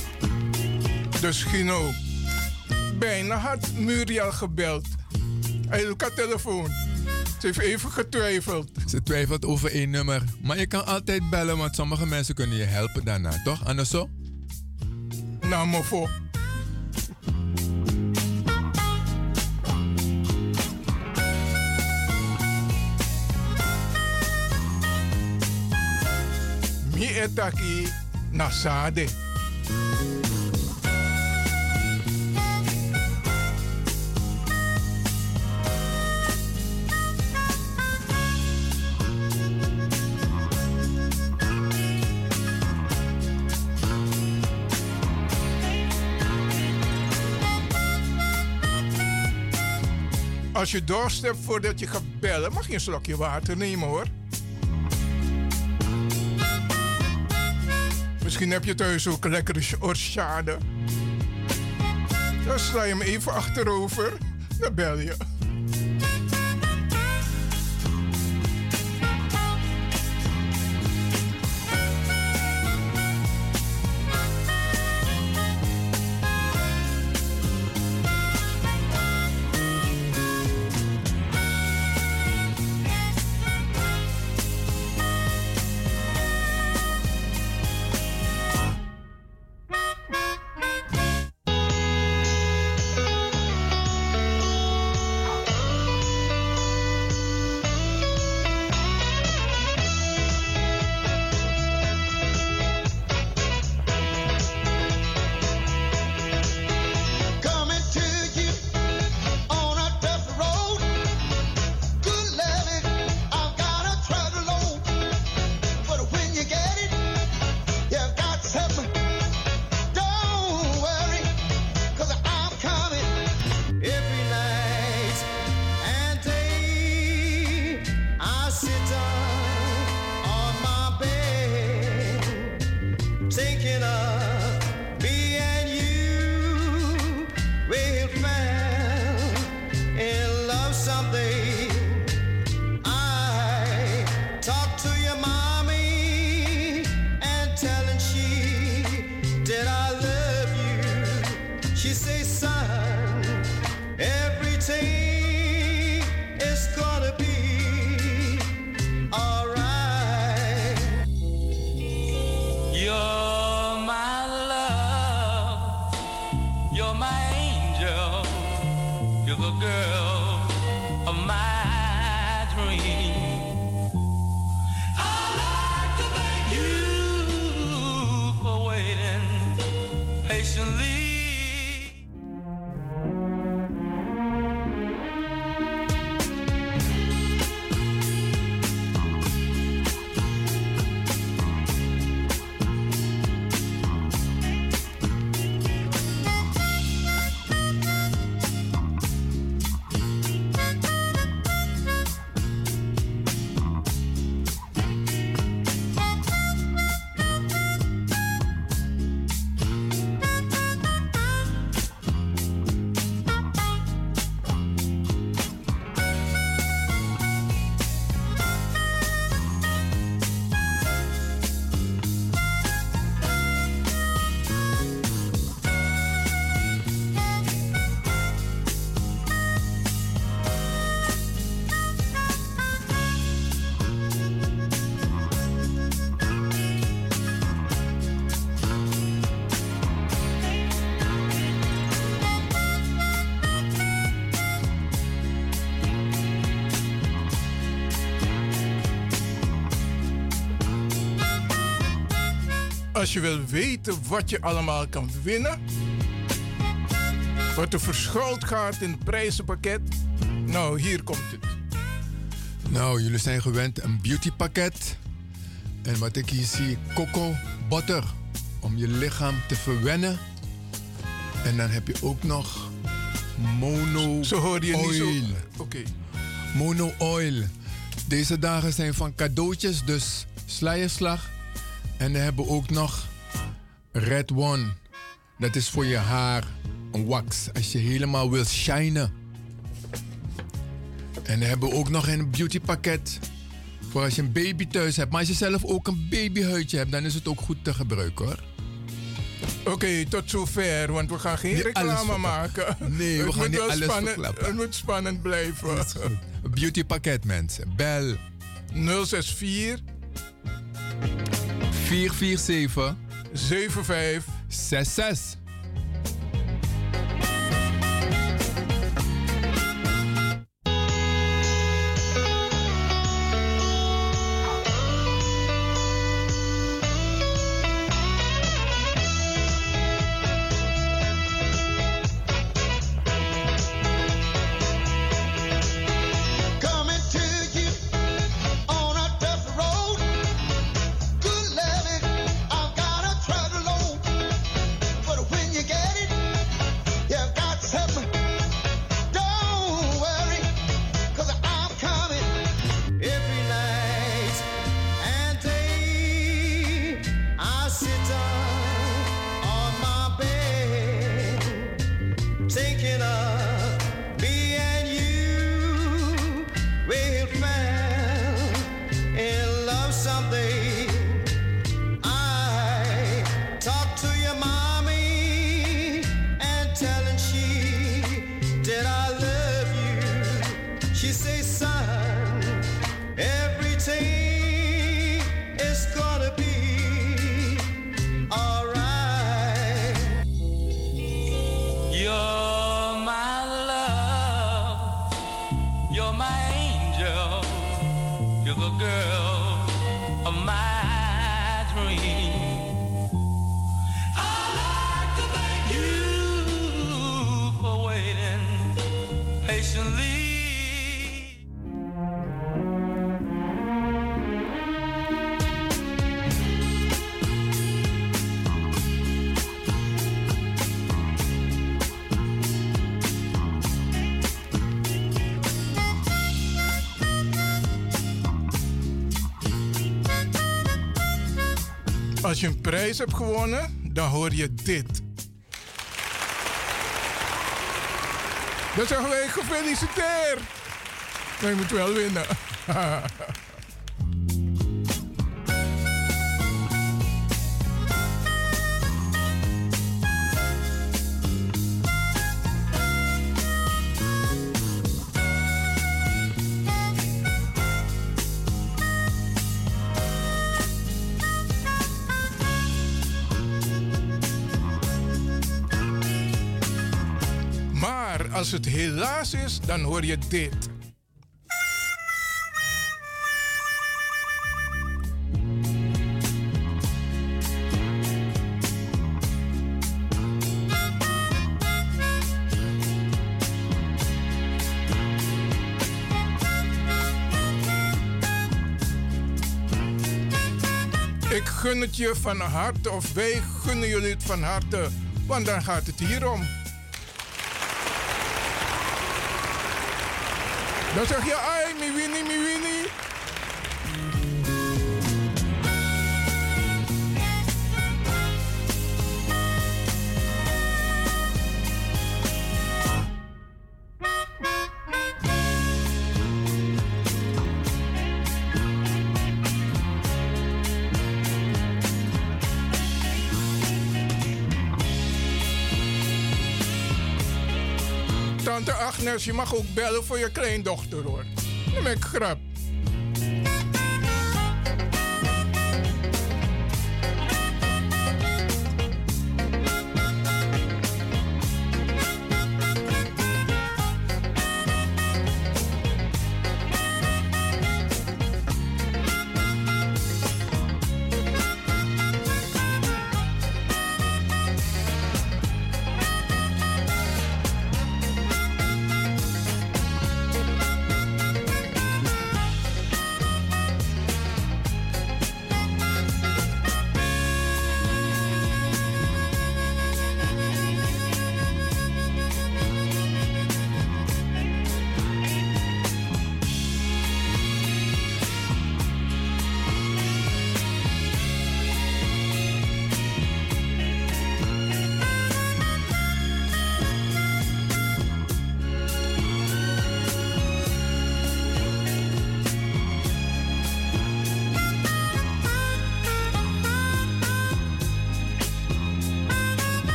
Dus Gino, bijna had Muriel gebeld. Hij heeft een telefoon. Ze heeft even getwijfeld.
Ze twijfelt over 1 nummer. Maar je kan altijd bellen, want sommige mensen kunnen je helpen daarna, toch? Anders zo?
Nou, mofo. Mi etaki nasade. Als je dorst hebt voordat je gaat bellen, mag je een slokje water nemen hoor. Misschien heb je thuis ook een lekkere orchade. Dan sla je hem even achterover, dan bel je. Als je wil weten wat je allemaal kan winnen, wat er verschold gaat in het prijzenpakket, nou, hier komt het.
Nou, jullie zijn gewend een beautypakket. En wat ik hier zie, coco butter, om je lichaam te verwennen. En dan heb je ook nog mono
zo hoor je
oil.
Niet zo. Oké.
Mono oil. Deze dagen zijn van cadeautjes, dus sla je slag. En dan hebben we ook nog Red One. Dat is voor je haar, een wax, als je helemaal wil shinen. En dan hebben we ook nog een beautypakket voor als je een baby thuis hebt. Maar als je zelf ook een babyhuidje hebt, dan is het ook goed te gebruiken hoor.
Oké, tot zover, want we gaan geen
Niet alles
reclame maken.
Nee, we gaan niet alles verklappen.
Het moet spannend blijven.
Beauty pakket, mensen. Bel
064
447
7566. Als je een prijs hebt gewonnen, dan hoor je dit. Dan zeggen wij gefeliciteerd. Maar je moet wel winnen. Als het helaas is, dan hoor je dit. Ik gun het je van harte, of wij gunnen jullie het van harte, want dan gaat het hier om. Dan zeg je, ai, mi winnie, mi winnie. Tante Agnes, je mag ook bellen voor je kleindochter, hoor. Dan ben ik grap.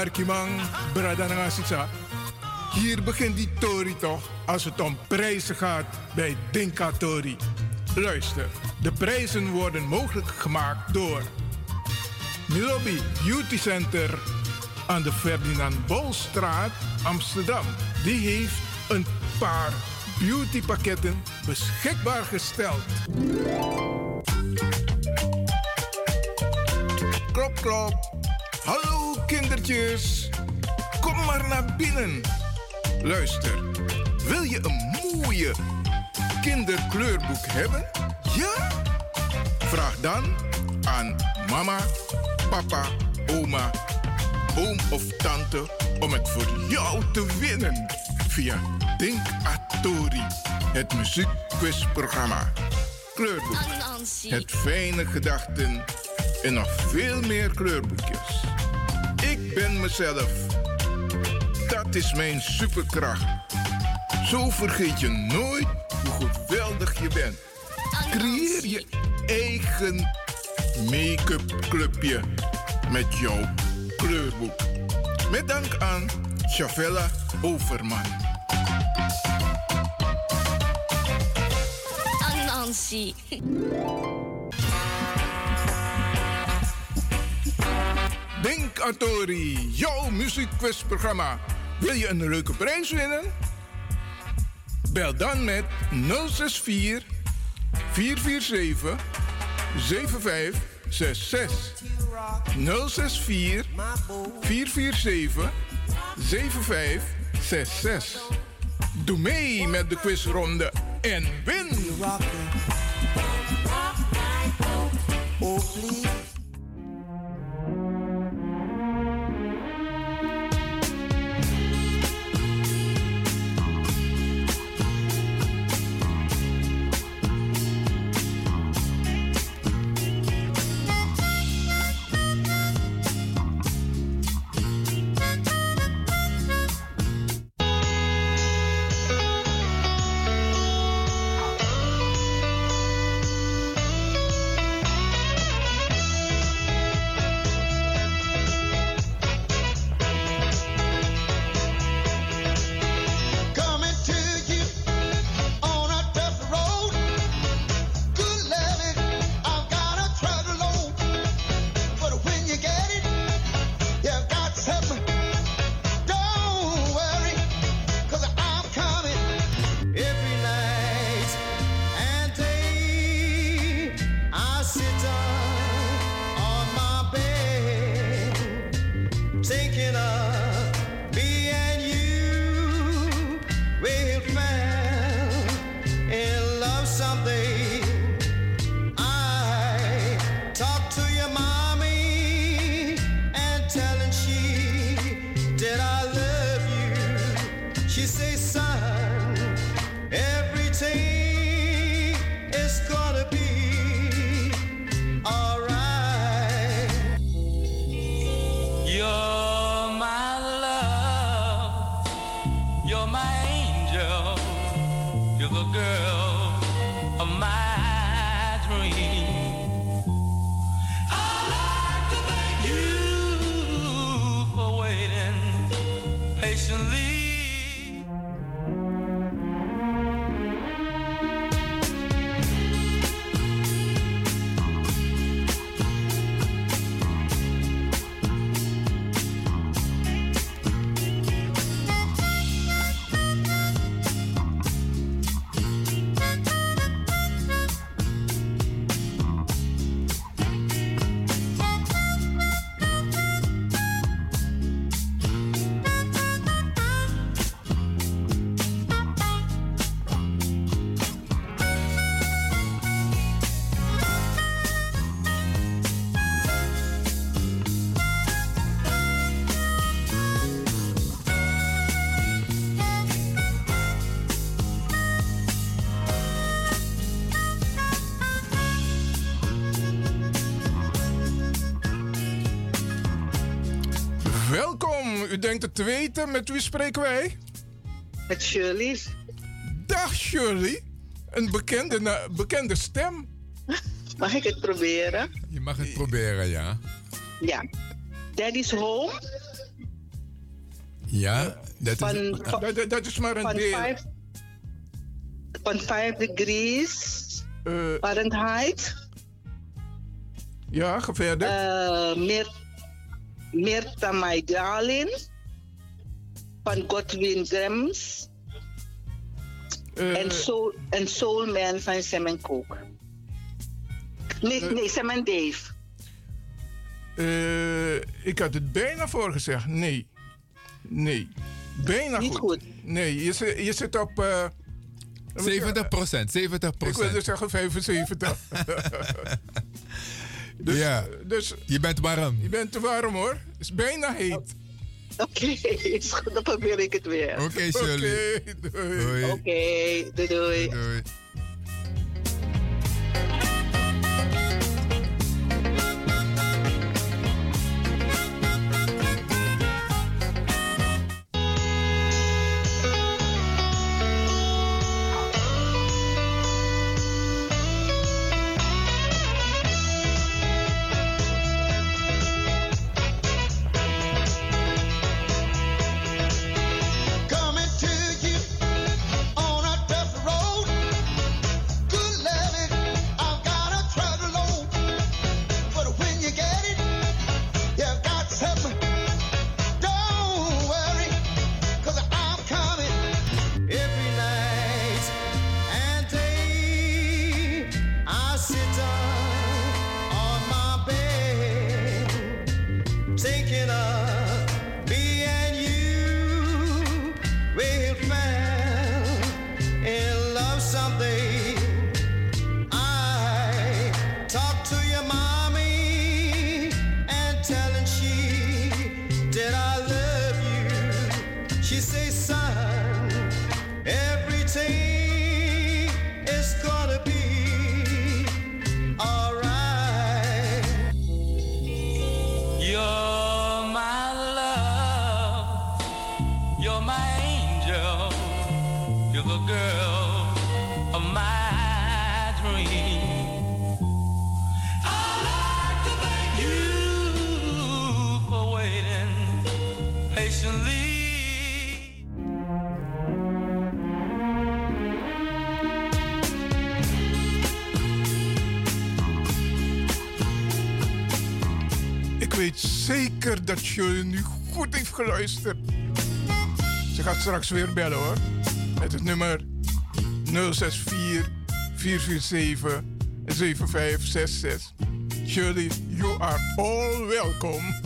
Arkimang, Bradananga Sitsa. Hier begint die Tori toch als het om prijzen gaat bij Dinka Tori. Luister, de prijzen worden mogelijk gemaakt door Milobi Beauty Center aan de Ferdinand Bolstraat, Amsterdam. Die heeft een paar beautypakketten beschikbaar gesteld. Klop, klop. Hallo kindertjes. Kom maar naar binnen. Luister, wil je een mooie kinderkleurboek hebben? Ja? Vraag dan aan mama, papa, oma, oom of tante om het voor jou te winnen. Via Denk Atori, het muziekquizprogramma. Kleurboek, het fijne gedachten en nog veel meer kleurboekjes. Ik ben mezelf. Dat is mijn superkracht. Zo vergeet je nooit hoe geweldig je bent. Creëer je eigen make-up clubje met jouw kleurboek. Met dank aan Chavella Overman.
Anansi.
Denk Atori, jouw muziekquizprogramma. Wil je een leuke prijs winnen? Bel dan met 064 447 7566. 064 447 7566. Doe mee met de quizronde en win!
Oh, please.
Welkom, u denkt het te weten. Met wie spreken wij?
Met Shirley.
Dag Shirley. Een bekende stem.
Mag ik het proberen?
Je mag het proberen, ja.
Ja. Daddy's Home.
Ja,
dat is maar een deel.
Van 5 degrees Fahrenheit.
Ja, ga verder.
Mirta Maidalin. Van Godwin Grams. En Soul Man van Sam en Coke. Nee, Sam en Dave.
Ik had het bijna voorgezegd. Nee. Bijna
niet goed.
Nee, je zit op...
70%. Ik
wilde zeggen 75. Dus
je bent warm.
Je bent te warm hoor. Het is bijna heet.
Oké, is goed. Dan probeer ik het weer.
Oké, Shirley.
Doei. Oké, doei.
Zeker dat Shirley nu goed heeft geluisterd. Ze gaat straks weer bellen hoor. Met het nummer 064 447 7566. Shirley, you are all welcome.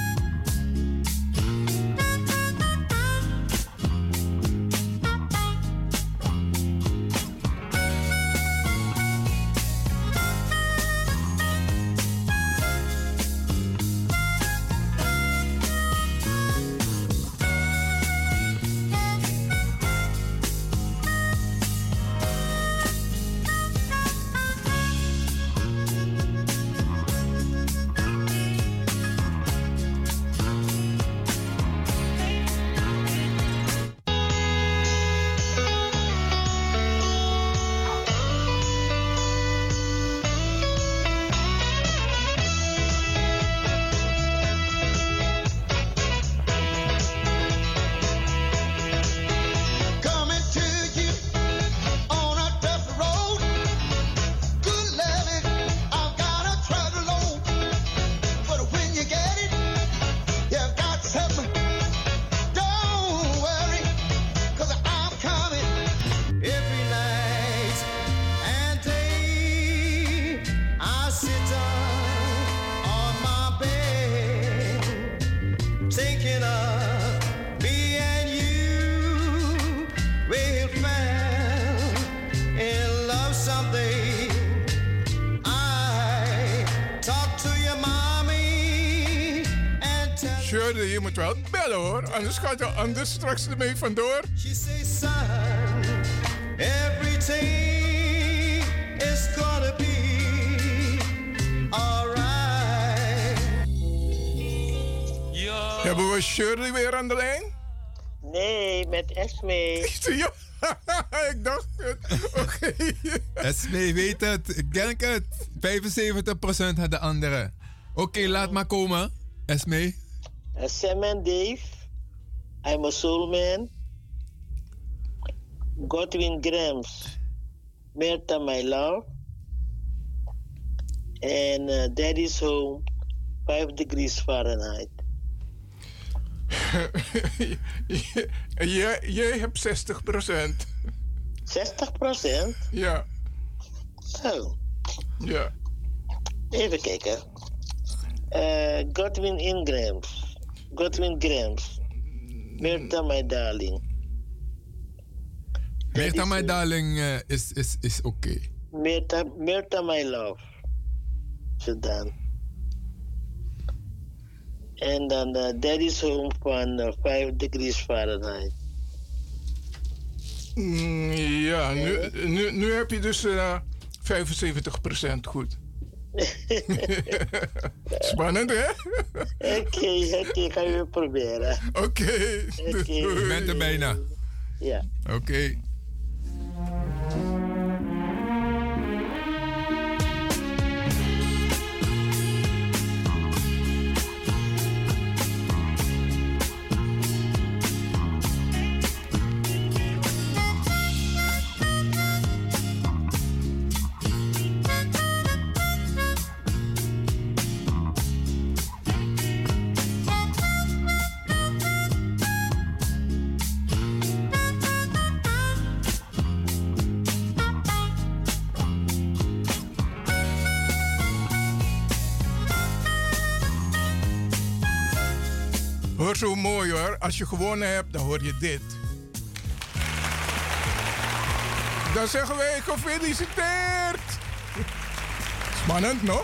Je moet wel bellen hoor, anders gaat je anders straks ermee vandoor.
She says, son, everything is gonna be alright.
Hebben we Shirley weer aan de lijn?
Nee, met Esme.
Ja, ik dacht het. Oké.
Esme weet het, ik denk het. 75% had de andere. Oké, laat maar komen, Esme.
Sam en Dave. I'm a Soul Man. Godwin Grams, Merta My Love. En Daddy's Home, 5 degrees Fahrenheit.
Jij hebt 60%.
60%?
Ja.
Zo.
Ja.
Even kijken. Godwin Ingrams. Godwin Grams. Merta My Darling.
Merta My Darling is oké.
Merta My Love. Zodan. En dan Daddy's Home van 5 degrees Fahrenheit.
Ja, nu heb je dus 75% goed. Spannend, hè?
Oké, gaan we proberen.
Oké.
Je bent er bijna.
Ja.
Oké.
Hoor zo mooi hoor. Als je gewonnen hebt, dan hoor je dit. Dan zeggen wij gefeliciteerd. Spannend, no?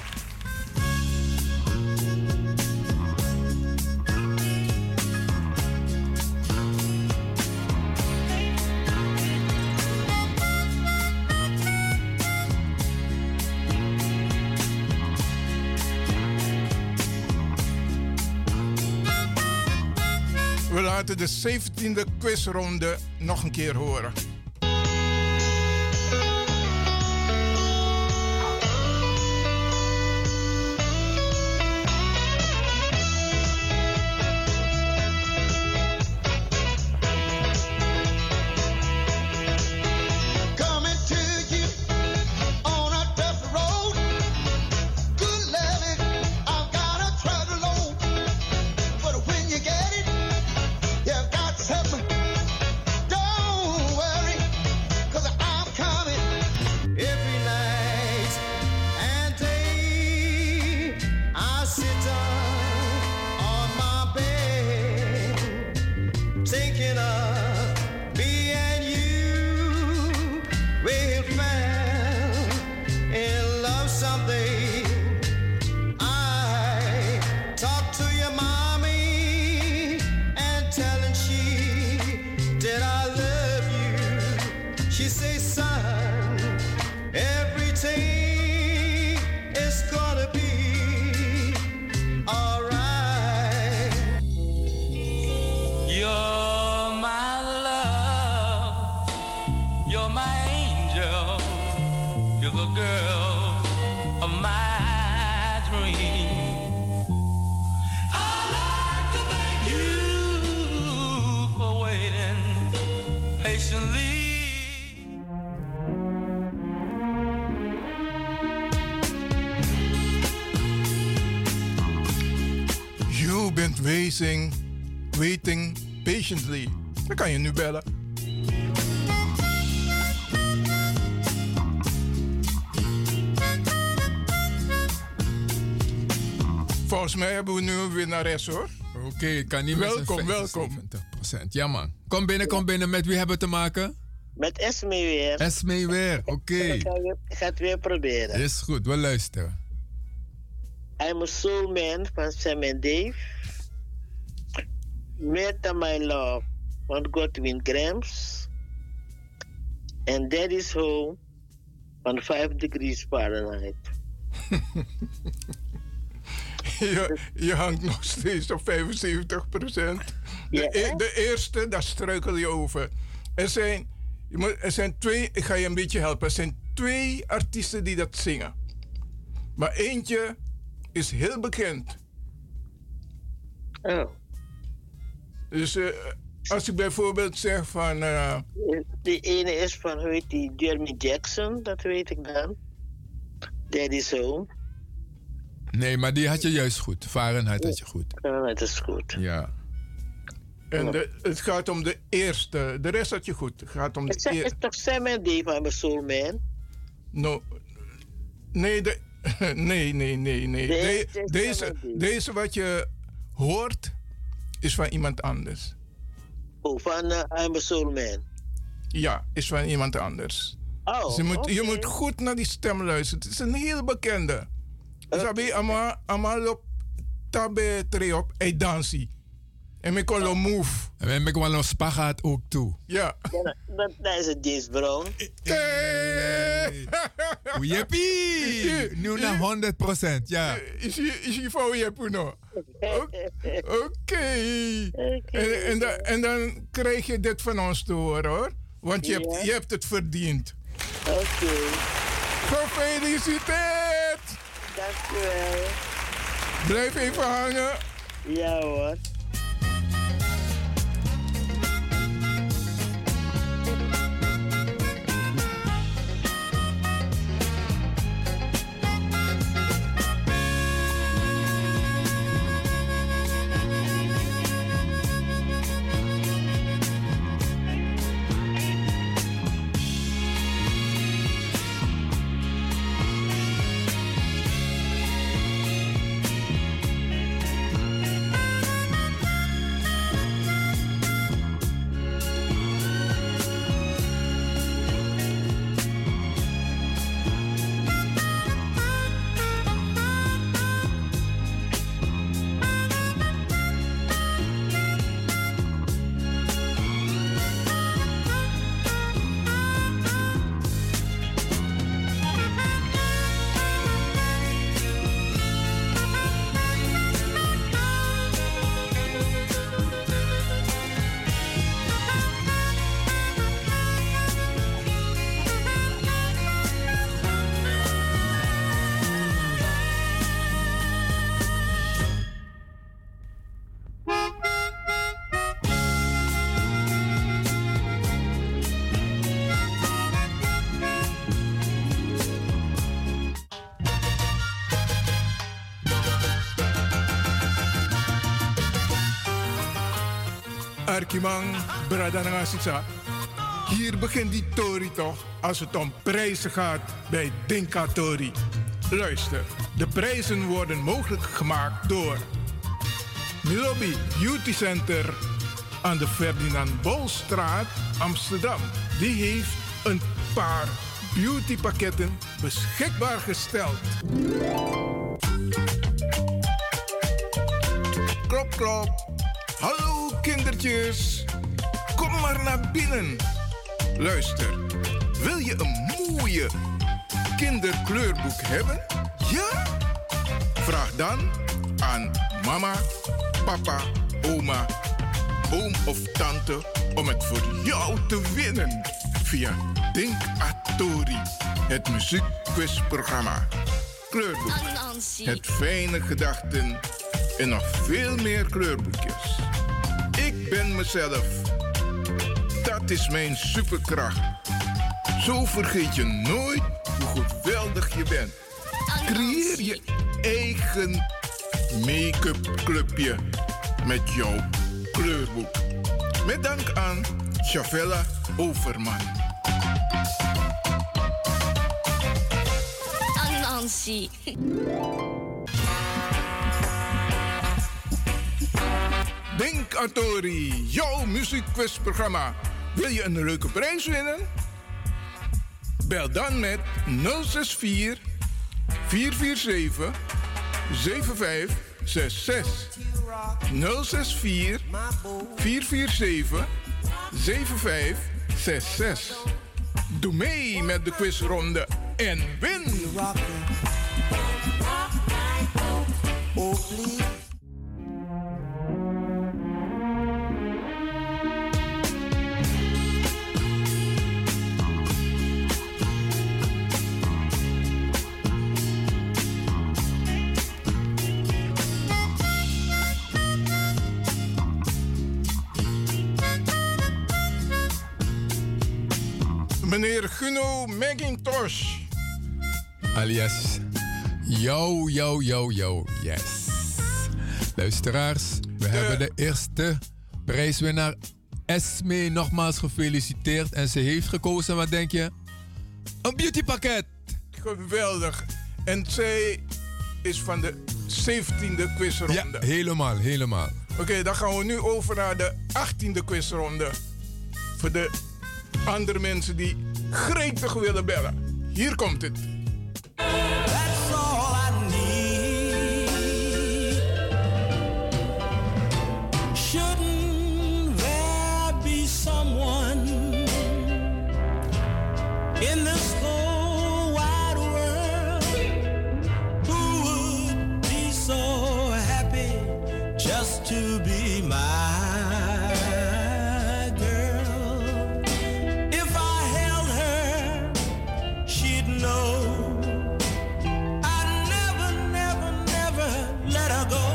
We laten de 17e quizronde nog een keer horen. Waiting patiently. Dan kan je nu bellen. Volgens mij hebben we nu een winnares hoor.
Oké, kan niet
welkom.
70%. Ja man. Kom binnen. Met wie hebben we te maken?
Met Esme weer.
Esme weer, oké.
Ik ga het weer proberen.
Is goed, we luisteren.
I'm a Soul Man van Sam en Dave. Merta My Love van Godwin Grams. En Daddy's Home van 5 degrees Fahrenheit.
Je hangt nog steeds op 75%. De eerste, daar struikel je over. Er zijn twee, ik ga je een beetje helpen. Er zijn 2 artiesten die dat zingen. Maar eentje is heel bekend.
Oh.
Dus Als ik bijvoorbeeld zeg van...
De ene is van, hoe heet die, Jeremy Jackson, dat weet ik dan. Daddy's Home.
Nee, maar die had je juist goed. Fahrenheit had je goed.
Fahrenheit is goed.
Ja.
En het gaat om de eerste. De rest had je goed. Het gaat om de
eerste. Is toch Sam en Dave, I'm a Soul Man?
No. Nee, nee. Deze wat je hoort is van iemand anders.
Oh, van I'm a Soul Man?
Ja, is van iemand anders.
Oh,
dus je moet goed naar die stem luisteren. Het is een heel bekende. Sabi, ama op tabe tre op en dansie. En ik kon move.
En ik kon spagaat ook toe.
Ja. Dat is het James Brown.
Jeppie! Nu naar 100%, ja.
Is je van Jeppie nog? Oké. En dan krijg je dit van ons te horen, hoor. Want je hebt het verdiend.
Oké.
Gefeliciteerd!
Dankjewel.
Blijf even hangen.
Ja hoor.
Arkimang, Bradanangasisa. Hier begint die Tori toch, als het om prijzen gaat bij Dinka Tori. Luister, de prijzen worden mogelijk gemaakt door Milobi Beauty Center aan de Ferdinand Bolstraat, Amsterdam. Die heeft een paar beautypakketten beschikbaar gesteld. Klop, klop. Hallo kindertjes, kom maar naar binnen. Luister, wil je een mooie kinderkleurboek hebben? Ja? Vraag dan aan mama, papa, oma, oom of tante om het voor jou te winnen. Via Dink Atori, het muziekquizprogramma. Kleurboek, het fijne gedachten en nog veel meer kleurboekjes. Ik ben mezelf. Dat is mijn superkracht. Zo vergeet je nooit hoe geweldig je bent. Creëer je eigen make-up clubje met jouw kleurboek. Met dank aan Chavella Overman.
Anansi.
Dink Atori, jouw muziekquizprogramma. Wil je een leuke prijs winnen? Bel dan met 064 447 7566. 064 447 7566. Doe mee met de quizronde en win! meneer Guno McIntosh.
Alias Yo. Yes. Luisteraars, we hebben de eerste prijswinnaar Esme nogmaals gefeliciteerd. En ze heeft gekozen, wat denk je? Een beautypakket.
Geweldig. En zij is van de 17e quizronde.
Ja, helemaal.
Oké, dan gaan we nu over naar de 18e quizronde. Voor de andere mensen die gretig willen bellen. Hier komt het.
That's all I need. Shouldn't there be someone in this whole wide world who would be so happy just to be my girl? If I held her, she'd know I'd never let her go.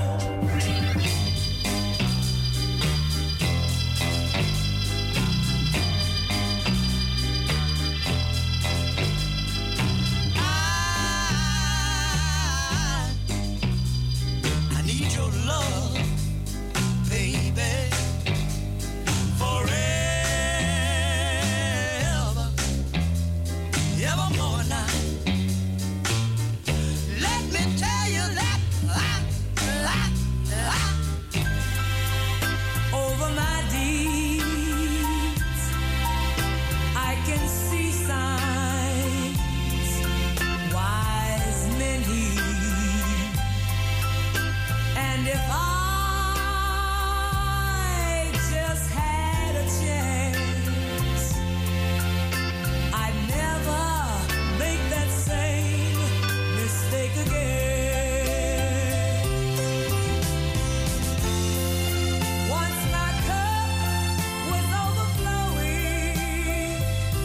I need your love, baby, forever, evermore now. Let me tell you that over my deeds I can see signs wise men heed, and if I just had a chance, I'd never make that same mistake again. Once my cup was overflowing,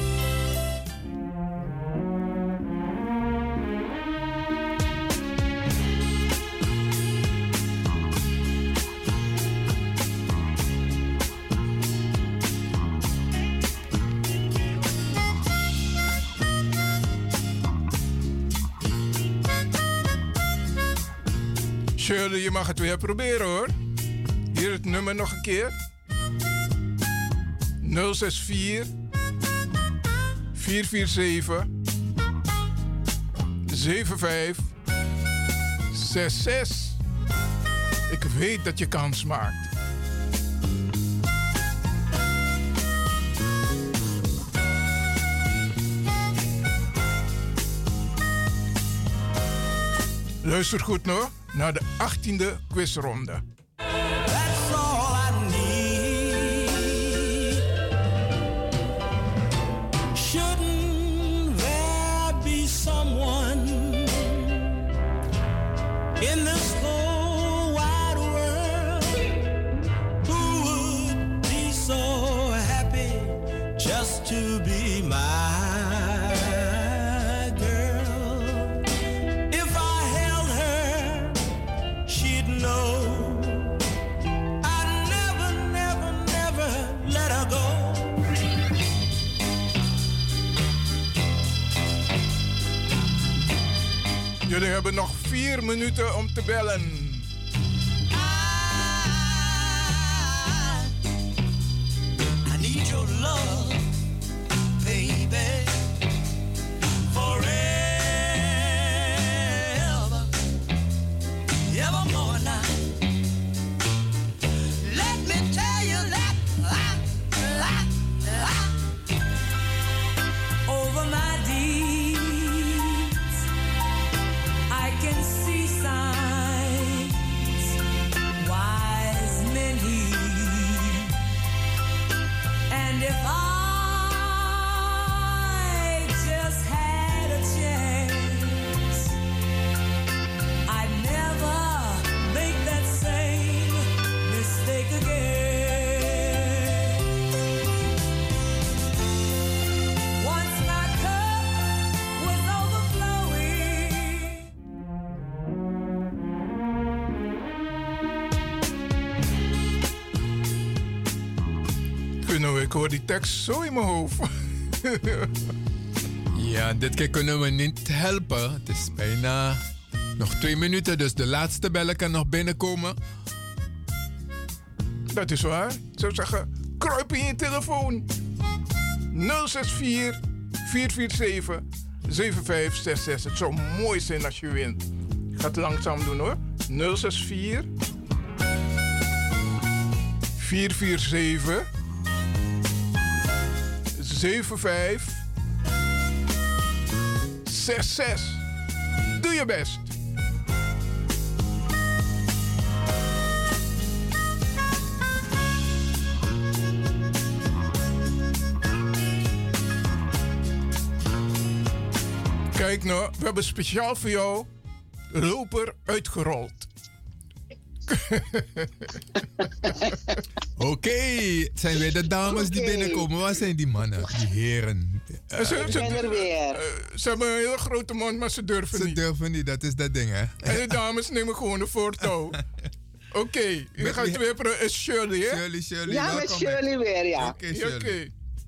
Shirley, je mag het weer proberen hoor. Hier het nummer nog een keer. 064 447 7566. Ik weet dat je kans maakt. Luister goed nog naar de 18e quizronde.
that's all I need. Shouldn't there be someone in this whole wide world who would be so happy just to be my girl? If I held her, she'd know I'd never let her go.
Jullie hebben nog 4 minuten om te bellen.
I need your love, baby, forever, evermore now. Let me tell you that over my deeds I can see signs wise men heed, and if I just had a chance, I'd never make that same mistake again. Once my cup was overflowing.
Kunnen we, ik hoor die tekst zo in mijn hoofd.
Ja, dit keer kunnen we niet helpen. Het is bijna nog 2 minuten, dus de laatste bellen kan nog binnenkomen.
Dat is waar. Ik zou zeggen, kruip in je telefoon. 064 447 7566. Het zou mooi zijn als je wint. Ik ga het langzaam doen hoor. 064 447 7566. Doe je best. Kijk nou, we hebben speciaal voor jou loper uitgerold.
Oké, het zijn weer de dames die binnenkomen. Waar zijn die mannen, die heren?
Ze hebben een hele grote mond, maar ze durven niet.
Ze durven niet, dat is dat ding, hè?
En de dames nemen gewoon de voortouw. Oké, u gaat weer is Shirley, hè?
Shirley.
Ja, met Shirley weer, ja.
Oké, Shirley.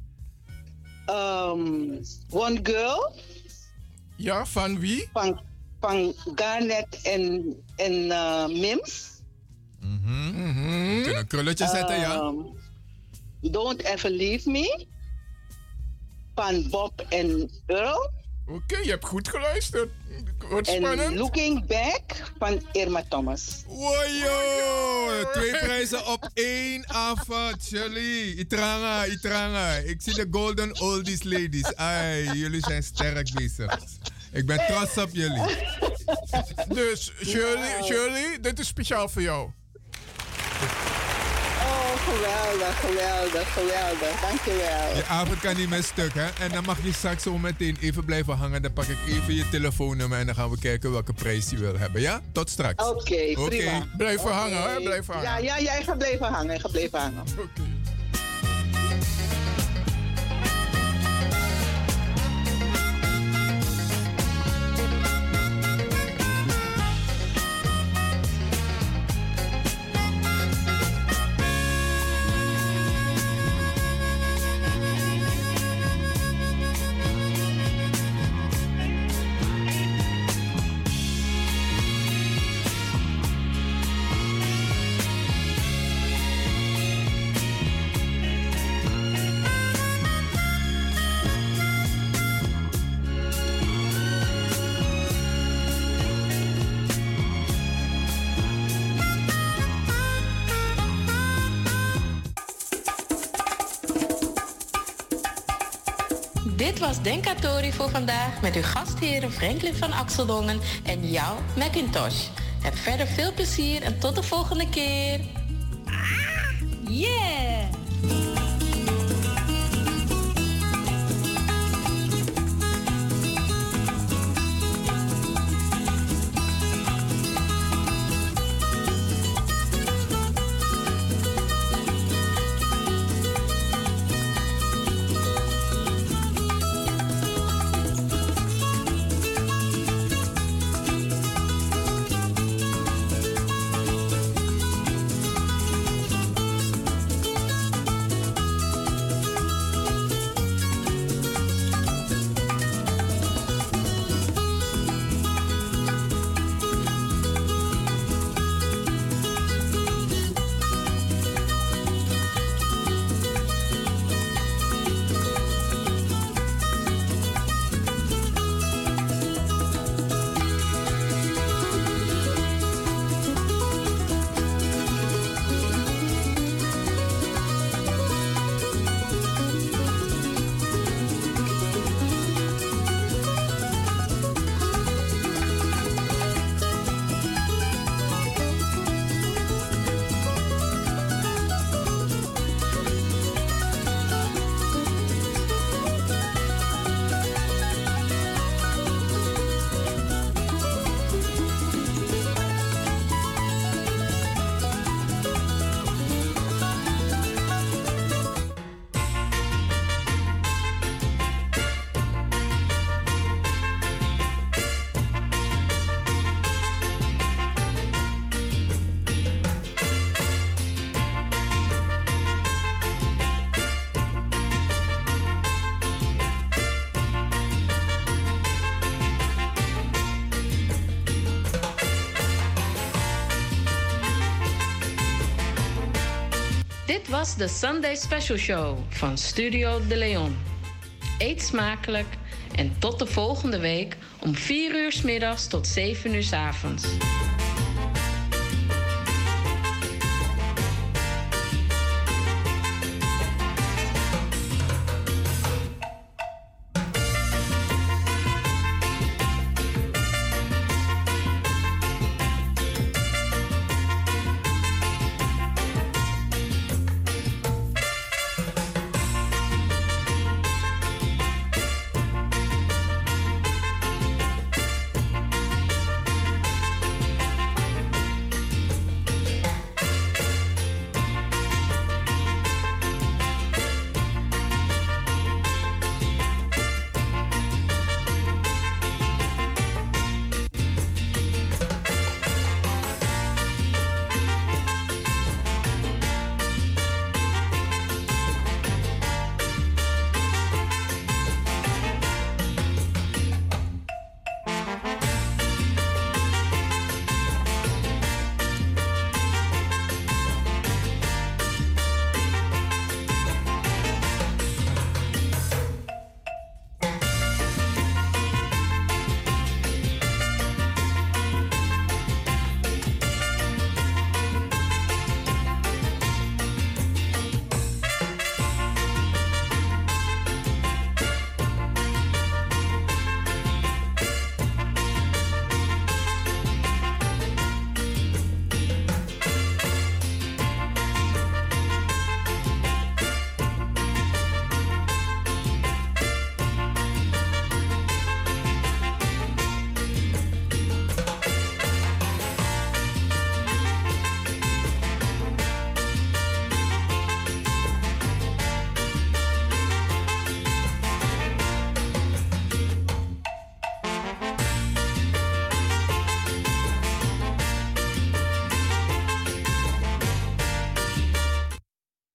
One Girl.
Ja, van wie?
Van Garnet en Mims.
Kunnen een krulletje zetten, ja?
Don't Ever Leave Me. Van Bob en Earl.
Oké, je hebt goed geluisterd. Wordt spannend.
En Looking Back van Irma Thomas.
Wojo! 2 prijzen op 1 avond, Shirley. Itranga. Ik zie de Golden Oldies Ladies. Ai, jullie zijn sterk bezig. Ik ben trots op jullie.
Dus, Shirley, dit is speciaal voor jou.
Oh, geweldig. Dankjewel.
Je avond kan niet meer stuk, hè? En dan mag je straks zo meteen even blijven hangen. Dan pak ik even je telefoonnummer en dan gaan we kijken welke prijs je wil hebben, ja? Tot straks.
Oké, prima.
Blijven hangen, hè? Blijf hangen.
Ja, jij gaat blijven hangen.
Oké.
Dit was Denkatori voor vandaag met uw gastheren Franklin van Axeldongen en jou, Macintosh. Heb verder veel plezier en tot de volgende keer. Yeah! Dit was de Sunday Special Show van Studio De Leon. Eet smakelijk en tot de volgende week om 4 uur 's middags tot 7 uur 's avonds.